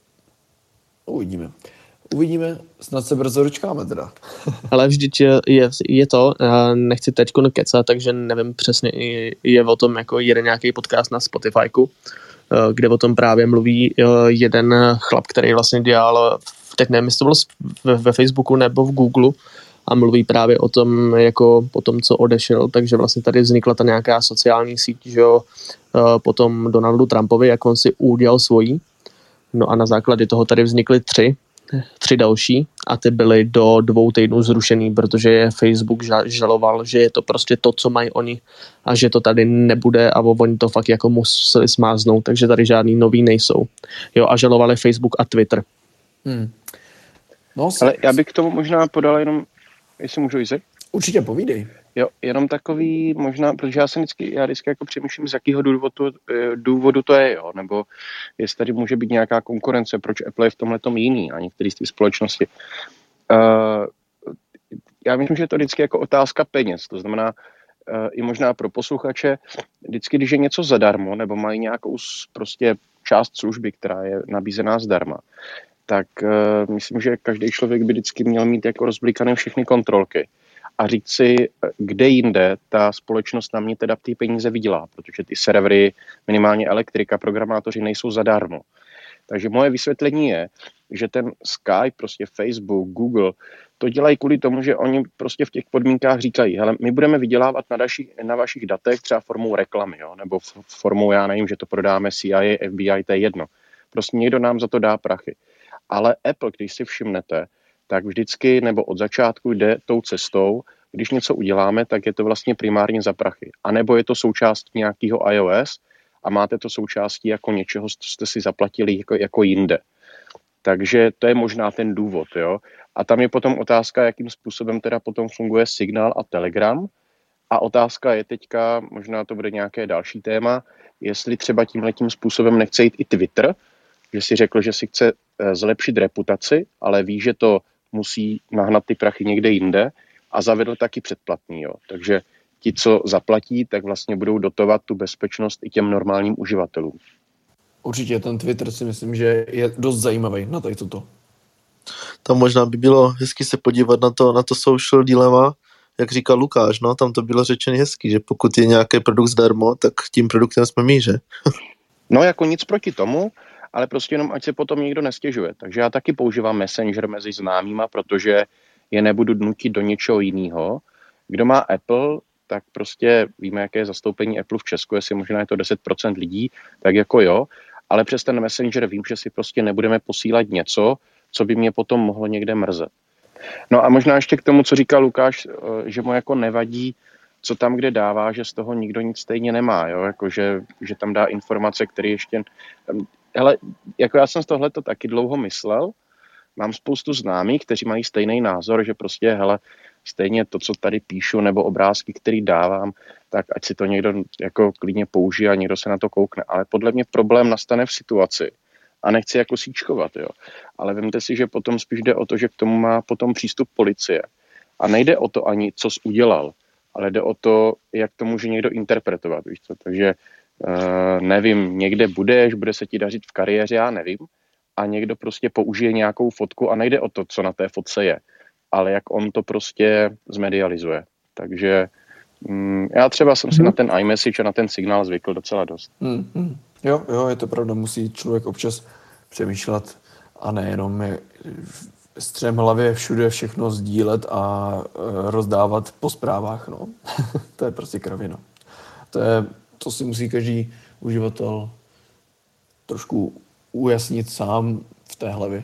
Uvidíme. Uvidíme, snad se brzo dočkáme teda. Ale vždyť je, je, je to, nechci teďko kecat, takže nevím přesně, je o tom jako jeden nějaký podcast na Spotifyku, kde o tom právě mluví jeden chlap, který vlastně dělal, teď nevím, jestli to bylo ve, ve Facebooku nebo v Google, a mluví právě o tom, jako po tom, co odešel, takže vlastně tady vznikla ta nějaká sociální síť, že jo, potom Donaldu Trumpovi, jak on si udělal svojí, no a na základě toho tady vznikly tři, tři další a ty byly do dvou týdnů zrušený, protože je Facebook žaloval, že je to prostě to, co mají oni a že to tady nebude a oni to fakt jako museli smáznout, takže tady žádný nový nejsou. Jo, a žalovali Facebook a Twitter. Hmm. No, ale já bych k tomu možná podal jenom, jestli můžu, Izek? Určitě, povídej. Jo, jenom takový možná, protože já jsem vždycky, já vždycky jako přemýšlím, z jakého důvodu, důvodu to je, jo, nebo jestli tady může být nějaká konkurence, proč Apple je v tomhletom jiný a některý z té společnosti. Uh, já myslím, že je to vždycky jako otázka peněz, to znamená uh, i možná pro posluchače, vždycky, když je něco zadarmo, nebo mají nějakou prostě část služby, která je nabízená zdarma, tak uh, myslím, že každý člověk by vždycky měl mít jako rozblikané všechny kontrolky a říct si, kde jinde ta společnost na mě teda ty peníze vydělá, protože ty servery, minimálně elektrika, programátoři nejsou zadarmo. Takže moje vysvětlení je, že ten Skype, prostě Facebook, Google, to dělají kvůli tomu, že oni prostě v těch podmínkách říkají, hele, my budeme vydělávat na, daši, na vašich datech třeba formou reklamy, jo, nebo formou, já nevím, že to prodáme C I A, F B I, to je jedno. Prostě někdo nám za to dá prachy. Ale Apple, když si všimnete, tak vždycky nebo od začátku jde tou cestou, když něco uděláme, tak je to vlastně primárně za prachy. A nebo je to součást nějakého iOS a máte to součástí jako něčeho, co jste si zaplatili jako, jako jinde. Takže to je možná ten důvod. Jo? A tam je potom otázka, jakým způsobem teda potom funguje Signál a Telegram. A otázka je teďka, možná to bude nějaké další téma, jestli třeba tímhletím způsobem nechce jít i Twitter, že si řekl, že si chce zlepšit reputaci, ale ví, že to musí nahnat ty prachy někde jinde a zavedl taky předplatný. Jo. Takže ti, co zaplatí, tak vlastně budou dotovat tu bezpečnost i těm normálním uživatelům. Určitě ten Twitter si myslím, že je dost zajímavý na tady toto. Tam možná by bylo hezky se podívat na to, na to social dilema, jak říkal Lukáš, no, tam to bylo řečeno hezky, že pokud je nějaký produkt zdarma, tak tím produktem jsme my, že? No jako nic proti tomu, ale prostě jenom ať se potom nikdo nestěžuje. Takže já taky používám Messenger mezi známýma, protože je nebudu nutit do něčeho jiného. Kdo má Apple, tak prostě víme, jaké je zastoupení Apple v Česku, jestli možná je to deset procent lidí, tak jako jo, ale přes ten Messenger vím, že si prostě nebudeme posílat něco, co by mě potom mohlo někde mrzet. No a možná ještě k tomu, co říkal Lukáš, že mu jako nevadí, co tam kde dává, že z toho nikdo nic stejně nemá, jo, jako že, že tam dá informace, které ještě... Hele, jako já jsem z tohleto taky dlouho myslel, mám spoustu známých, kteří mají stejný názor, že prostě, hele, stejně to, co tady píšu, nebo obrázky, který dávám, tak ať si to někdo jako klidně použije a někdo se na to koukne. Ale podle mě problém nastane v situaci. A nechci jako síčkovat, jo. Ale vemte si, že potom spíš jde o to, že k tomu má potom přístup policie. A nejde o to ani, co jsi udělal, ale jde o to, jak to může někdo interpretovat, víš co. Takže uh, nevím, někde budeš, bude se ti dařit v kariéře, já nevím. A někdo prostě použije nějakou fotku a nejde o to, co na té fotce je, ale jak on to prostě zmedializuje. Takže Mm, já třeba jsem si na ten iMessage a na ten signál zvykl docela dost. Hmm, hmm. Jo, jo, je to pravda, musí člověk občas přemýšlet a nejenom je střem hlavě všude všechno sdílet a e, rozdávat po zprávách, no. To je prostě kravina. To, je, to si musí každý uživatel trošku ujasnit sám v té hlavě.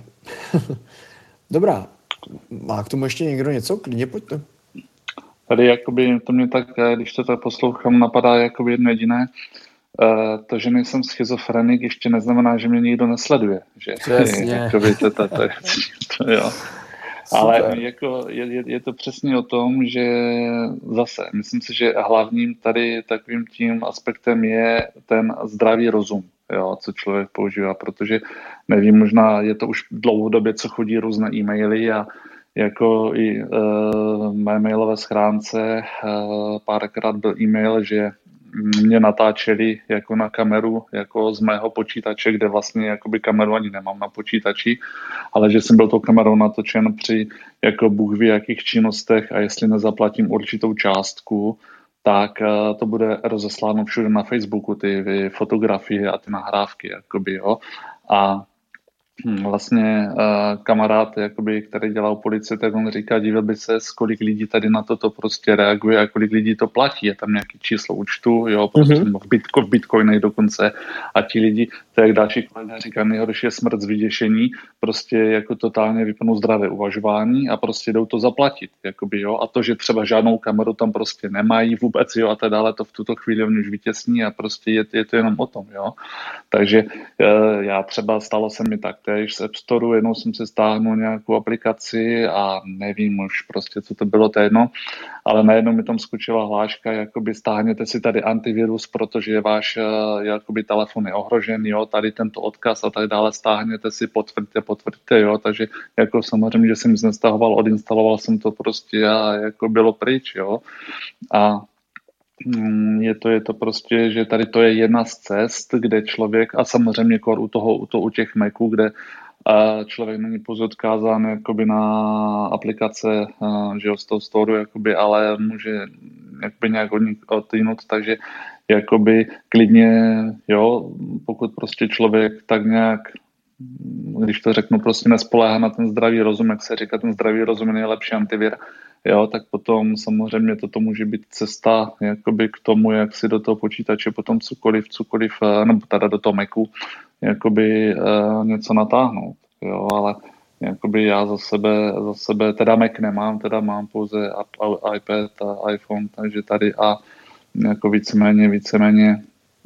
Dobrá. Má k tomu ještě někdo něco? Klidně pojďte. Tady jakoby, to mě tak, když to tak poslouchám, napadá jakoby jedno jediné. To, že nejsem schizofrenik, ještě neznamená, že mě nikdo nesleduje. Že? Přesně. Jakoby to, to, to, to, jo. Ale jako je, je, je to přesně o tom, že zase, myslím si, že hlavním tady takovým tím aspektem je ten zdravý rozum, jo, co člověk používá, protože nevím, možná je to už dlouhodobě, co chodí různé e-maily a jako i uh, mé mailové schránce uh, párkrát byl e-mail, že mě natáčeli jako na kameru jako z mého počítače, kde vlastně jakoby kameru ani nemám na počítači, ale že jsem byl tou kamerou natočen při jako Bůh ví jakých činnostech a jestli nezaplatím určitou částku, tak uh, to bude rozesláno všude na Facebooku, ty fotografie a ty nahrávky, jakoby, jo. A vlastně uh, kamarád, jakoby, který dělal policii, tak on říká, divil by se, kolik lidí tady na toto prostě reaguje a kolik lidí to platí. Je tam nějaký číslo účtu, jo, prostě mm-hmm. v, bitco, v bitcoinech dokonce a ti lidi, to jak další kolega říká, nejhorší je smrt z vyděšení, prostě jako totálně vypnou zdravé uvažování a prostě jdou to zaplatit, jakoby, jo, a to, že třeba žádnou kameru tam prostě nemají vůbec, jo, a tak dále, to v tuto chvíli oni už vytěsní a prostě je, je to jenom o tom, jo. Takže uh, já třeba stalo se mi tak, tež z App Storeu, jednou jsem si stáhnul nějakou aplikaci a nevím už prostě, co to bylo, to jedno, ale najednou mi tam skočila hláška, jakoby stáhněte si tady antivirus, protože je váš jakoby telefon je ohrožený, jo, tady tento odkaz a tak dále, stáhněte si, potvrďte, potvrďte, jo, takže jako samozřejmě, že jsem nic nestahoval, odinstaloval jsem to prostě a jako bylo pryč, jo, a je to, je to prostě, že tady to je jedna z cest, kde člověk, a samozřejmě kor u toho, u, toho, u těch Maců, kde člověk není pouze odkázán jakoby na aplikace, že jo, z toho storeu, jakoby, ale může jakoby nějak odjinut, takže jakoby klidně, jo, pokud prostě člověk tak nějak, když to řeknu, prostě nespoléhá na ten zdravý rozum, jak se říká, ten zdravý rozum je nejlepší antivir, jo, tak potom samozřejmě toto může být cesta jakoby k tomu, jak si do toho počítače potom cokoliv, cokoliv, nebo teda do toho Macu, jakoby uh, něco natáhnout, jo, ale jakoby já za sebe, za sebe, teda Mac nemám, teda mám pouze iPad a iPhone, takže tady a jako víceméně, víceméně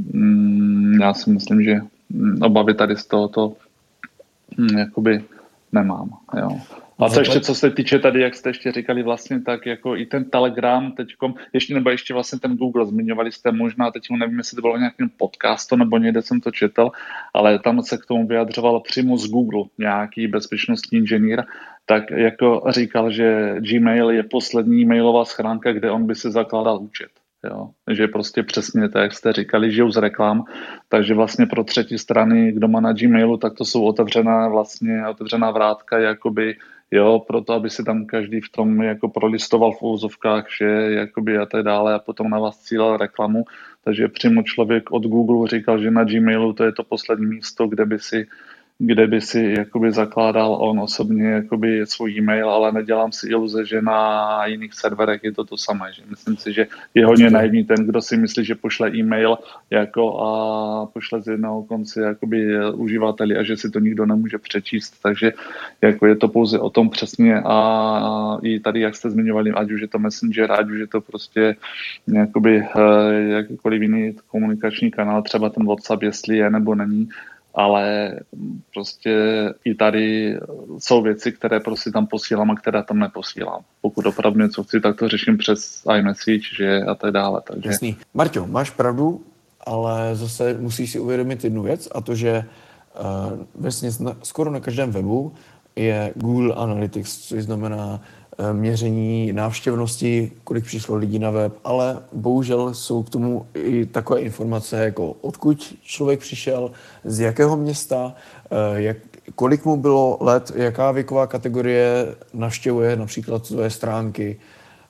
mm, já si myslím, že obavy tady z tohoto mm, jakoby nemám, jo. A to ještě, co se týče tady, jak jste ještě říkali vlastně, tak jako i ten Telegram teďkom, ještě nebo ještě vlastně ten Google, zmiňovali jste možná, teď nevím, jestli to bylo nějakým podcastu, nebo někde jsem to četl, ale tam se k tomu vyjadřoval přímo z Google nějaký bezpečnostní inženýr, tak jako říkal, že Gmail je poslední mailová schránka, kde on by si zakládal účet. Jo, že prostě přesně tak, jak jste říkali, žijou z reklam, takže vlastně pro třetí strany, kdo má na Gmailu, tak to jsou otevřená vlastně, otevřená vrátka, jakoby, jo, proto, aby si tam každý v tom jako prolistoval v úvozovkách, že jakoby a tak dále a potom na vás cílil reklamu, takže přímo člověk od Google říkal, že na Gmailu to je to poslední místo, kde by si kde by si jakoby zakládal on osobně jakoby svůj e-mail, ale nedělám si iluze, že na jiných serverech je to to samé. Že myslím si, že je hodně naivní ten, kdo si myslí, že pošle e-mail jako a pošle z jednoho konce jakoby uživateli a že si to nikdo nemůže přečíst. Takže jako je to pouze o tom přesně a i tady, jak jste zmiňovali, ať už je to Messenger, ať už je to prostě jakoby jakýkoliv jiný komunikační kanál, třeba ten WhatsApp, jestli je nebo není, ale prostě i tady jsou věci, které prostě tam posílám a které tam neposílám. Pokud opravdu něco chci, tak to řeším přes iMessage, že a tak dále. Takže... Jasný. Marťo, máš pravdu, ale zase musíš si uvědomit jednu věc a to, že uh, vlastně na, skoro na každém webu je Google Analytics, což znamená uh, měření návštěvnosti, kolik přišlo lidí na web, ale bohužel jsou k tomu i takové informace, jako odkud člověk přišel, z jakého města, uh, jak, kolik mu bylo let, jaká věková kategorie navštěvuje například své stránky,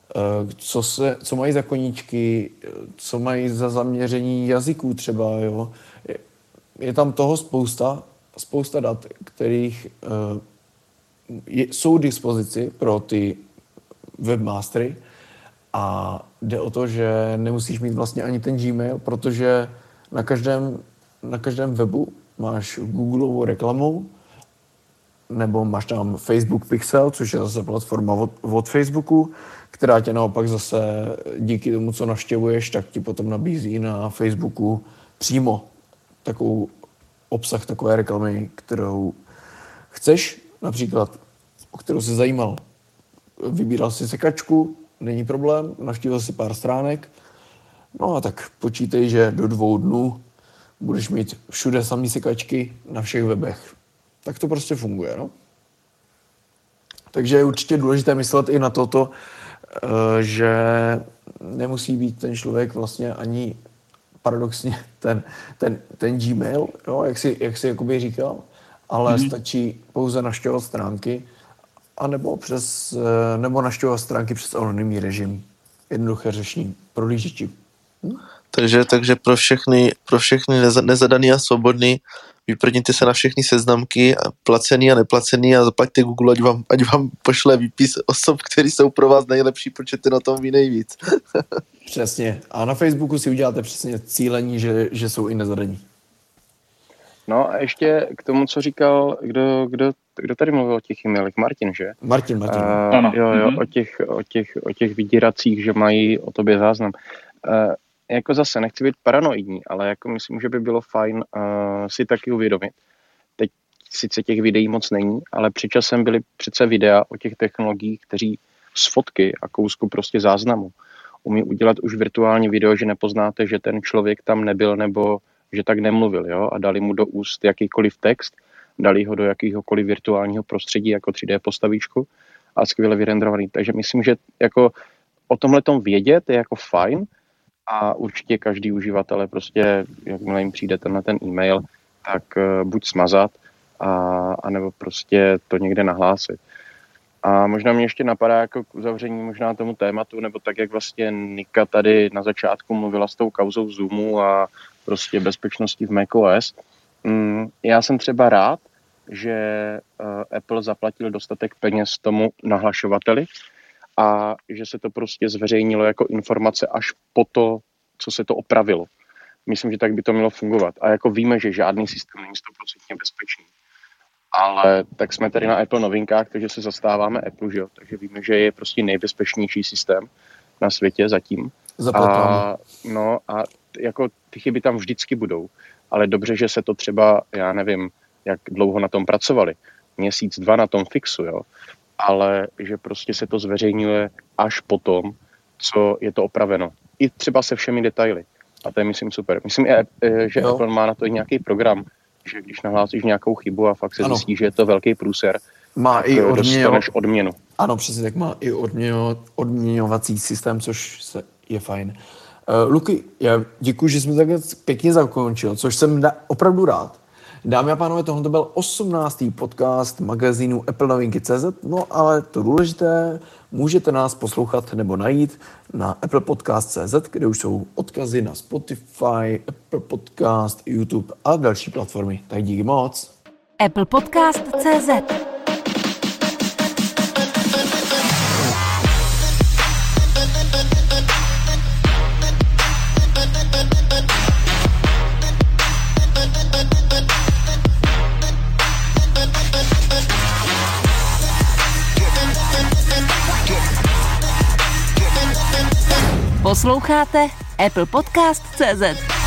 co, se, co mají za koníčky, co mají za zaměření jazyků třeba, jo. Je, je tam toho spousta, spousta dat, kterých je, jsou k dispozici pro ty webmastery a jde o to, že nemusíš mít vlastně ani ten Gmail, protože na každém, na každém webu máš Googleovou reklamu, nebo máš tam Facebook Pixel, což je zase platforma od, od Facebooku, která tě naopak zase díky tomu, co navštěvuješ, tak ti potom nabízí na Facebooku přímo takovou obsah takové reklamy, kterou chceš, například o kterou jsi zajímal. Vybíral si sekačku, není problém, navštívil si pár stránek, no a tak počítej, že do dvou dnů budeš mít všude samý sekačky na všech webech. Tak to prostě funguje, no. Takže je určitě důležité myslet i na toto, že nemusí být ten člověk vlastně ani paradoxně ten, ten, ten Gmail, jo, jak jsi, jak jsi jakoby říkal, ale mm-hmm. stačí pouze navštěvovat stránky anebo, přes, nebo navštěvovat stránky přes anonymní režim. Jednoduché řešení prohlížeči. Hm? Takže, takže pro všechny, pro všechny neza, nezadaný a svobodný vyprdněte se na všechny seznamky, placený a neplacený a zaplaťte Google, ať vám, ať vám pošle výpis osob, který jsou pro vás nejlepší, protože ty na tom ví nejvíc. Přesně. A na Facebooku si uděláte přesně cílení, že, že jsou i nezadaní. No a ještě k tomu, co říkal, kdo, kdo, kdo tady mluvil o těch e-mailech? Martin, že? Martin, Martin. Uh, jo, jo, o těch, o těch, o těch vydíracích, že mají o tobě záznam. Uh, jako zase, nechci být paranoidní, ale jako myslím, že by bylo fajn uh, si taky uvědomit. Teď sice těch videí moc není, ale před časem byly přece videa o těch technologiích, kteří z fotky a kousku prostě záznamu umí udělat už virtuální video, že nepoznáte, že ten člověk tam nebyl nebo že tak nemluvil, jo, a dali mu do úst jakýkoliv text, dali ho do jakýhokoliv virtuálního prostředí jako tři dé postavičku a skvěle vyrendrovaný. Takže myslím, že jako o tomhletom vědět je jako fajn a určitě každý uživatel prostě, jakmile jim přijde tenhle ten e-mail, tak uh, buď smazat, a, a nebo prostě to někde nahlásit. A možná mě ještě napadá jako k uzavření možná tomu tématu, nebo tak, jak vlastně Nika tady na začátku mluvila s tou kauzou Zoomu a prostě bezpečnosti v macOS. Mm, já jsem třeba rád, že uh, Apple zaplatil dostatek peněz tomu nahlašovateli a že se to prostě zveřejnilo jako informace až po to, co se to opravilo. Myslím, že tak by to mělo fungovat. A jako víme, že žádný systém není sto procent bezpečný. Ale tak jsme tady na Apple novinkách, takže se zastáváme Apple, že jo? Takže víme, že je prostě nejbezpečnější systém na světě zatím. A, no a jako ty chyby tam vždycky budou. Ale dobře, že se to třeba, já nevím, jak dlouho na tom pracovali. Měsíc, dva na tom fixu, jo. Ale že prostě se to zveřejňuje až potom, co je to opraveno. I třeba se všemi detaily. A to je, myslím, super. Myslím, že jo. Apple má na to i nějaký program, že když nahlásíš nějakou chybu a fakt se ano. zjistí, že je to velký průser, má i odměno... dostaneš odměnu. Ano, přesně tak, má i odměno... odměňovací systém, což se... je fajn. Uh, Luky, já děkuji, že jsme takhle pěkně zakončil, což jsem da- opravdu rád. Dámy a pánové, tohle to byl osmnáctý podcast magazínu Apple Novinky tečka cé zet, no ale to důležité, můžete nás poslouchat nebo najít na Apple Podcast tečka cé zet, kde už jsou odkazy na Spotify, Apple Podcast, YouTube a další platformy. Tak díky moc. Apple Podcast tečka cé zet Posloucháte Apple Podcast tečka cé zet.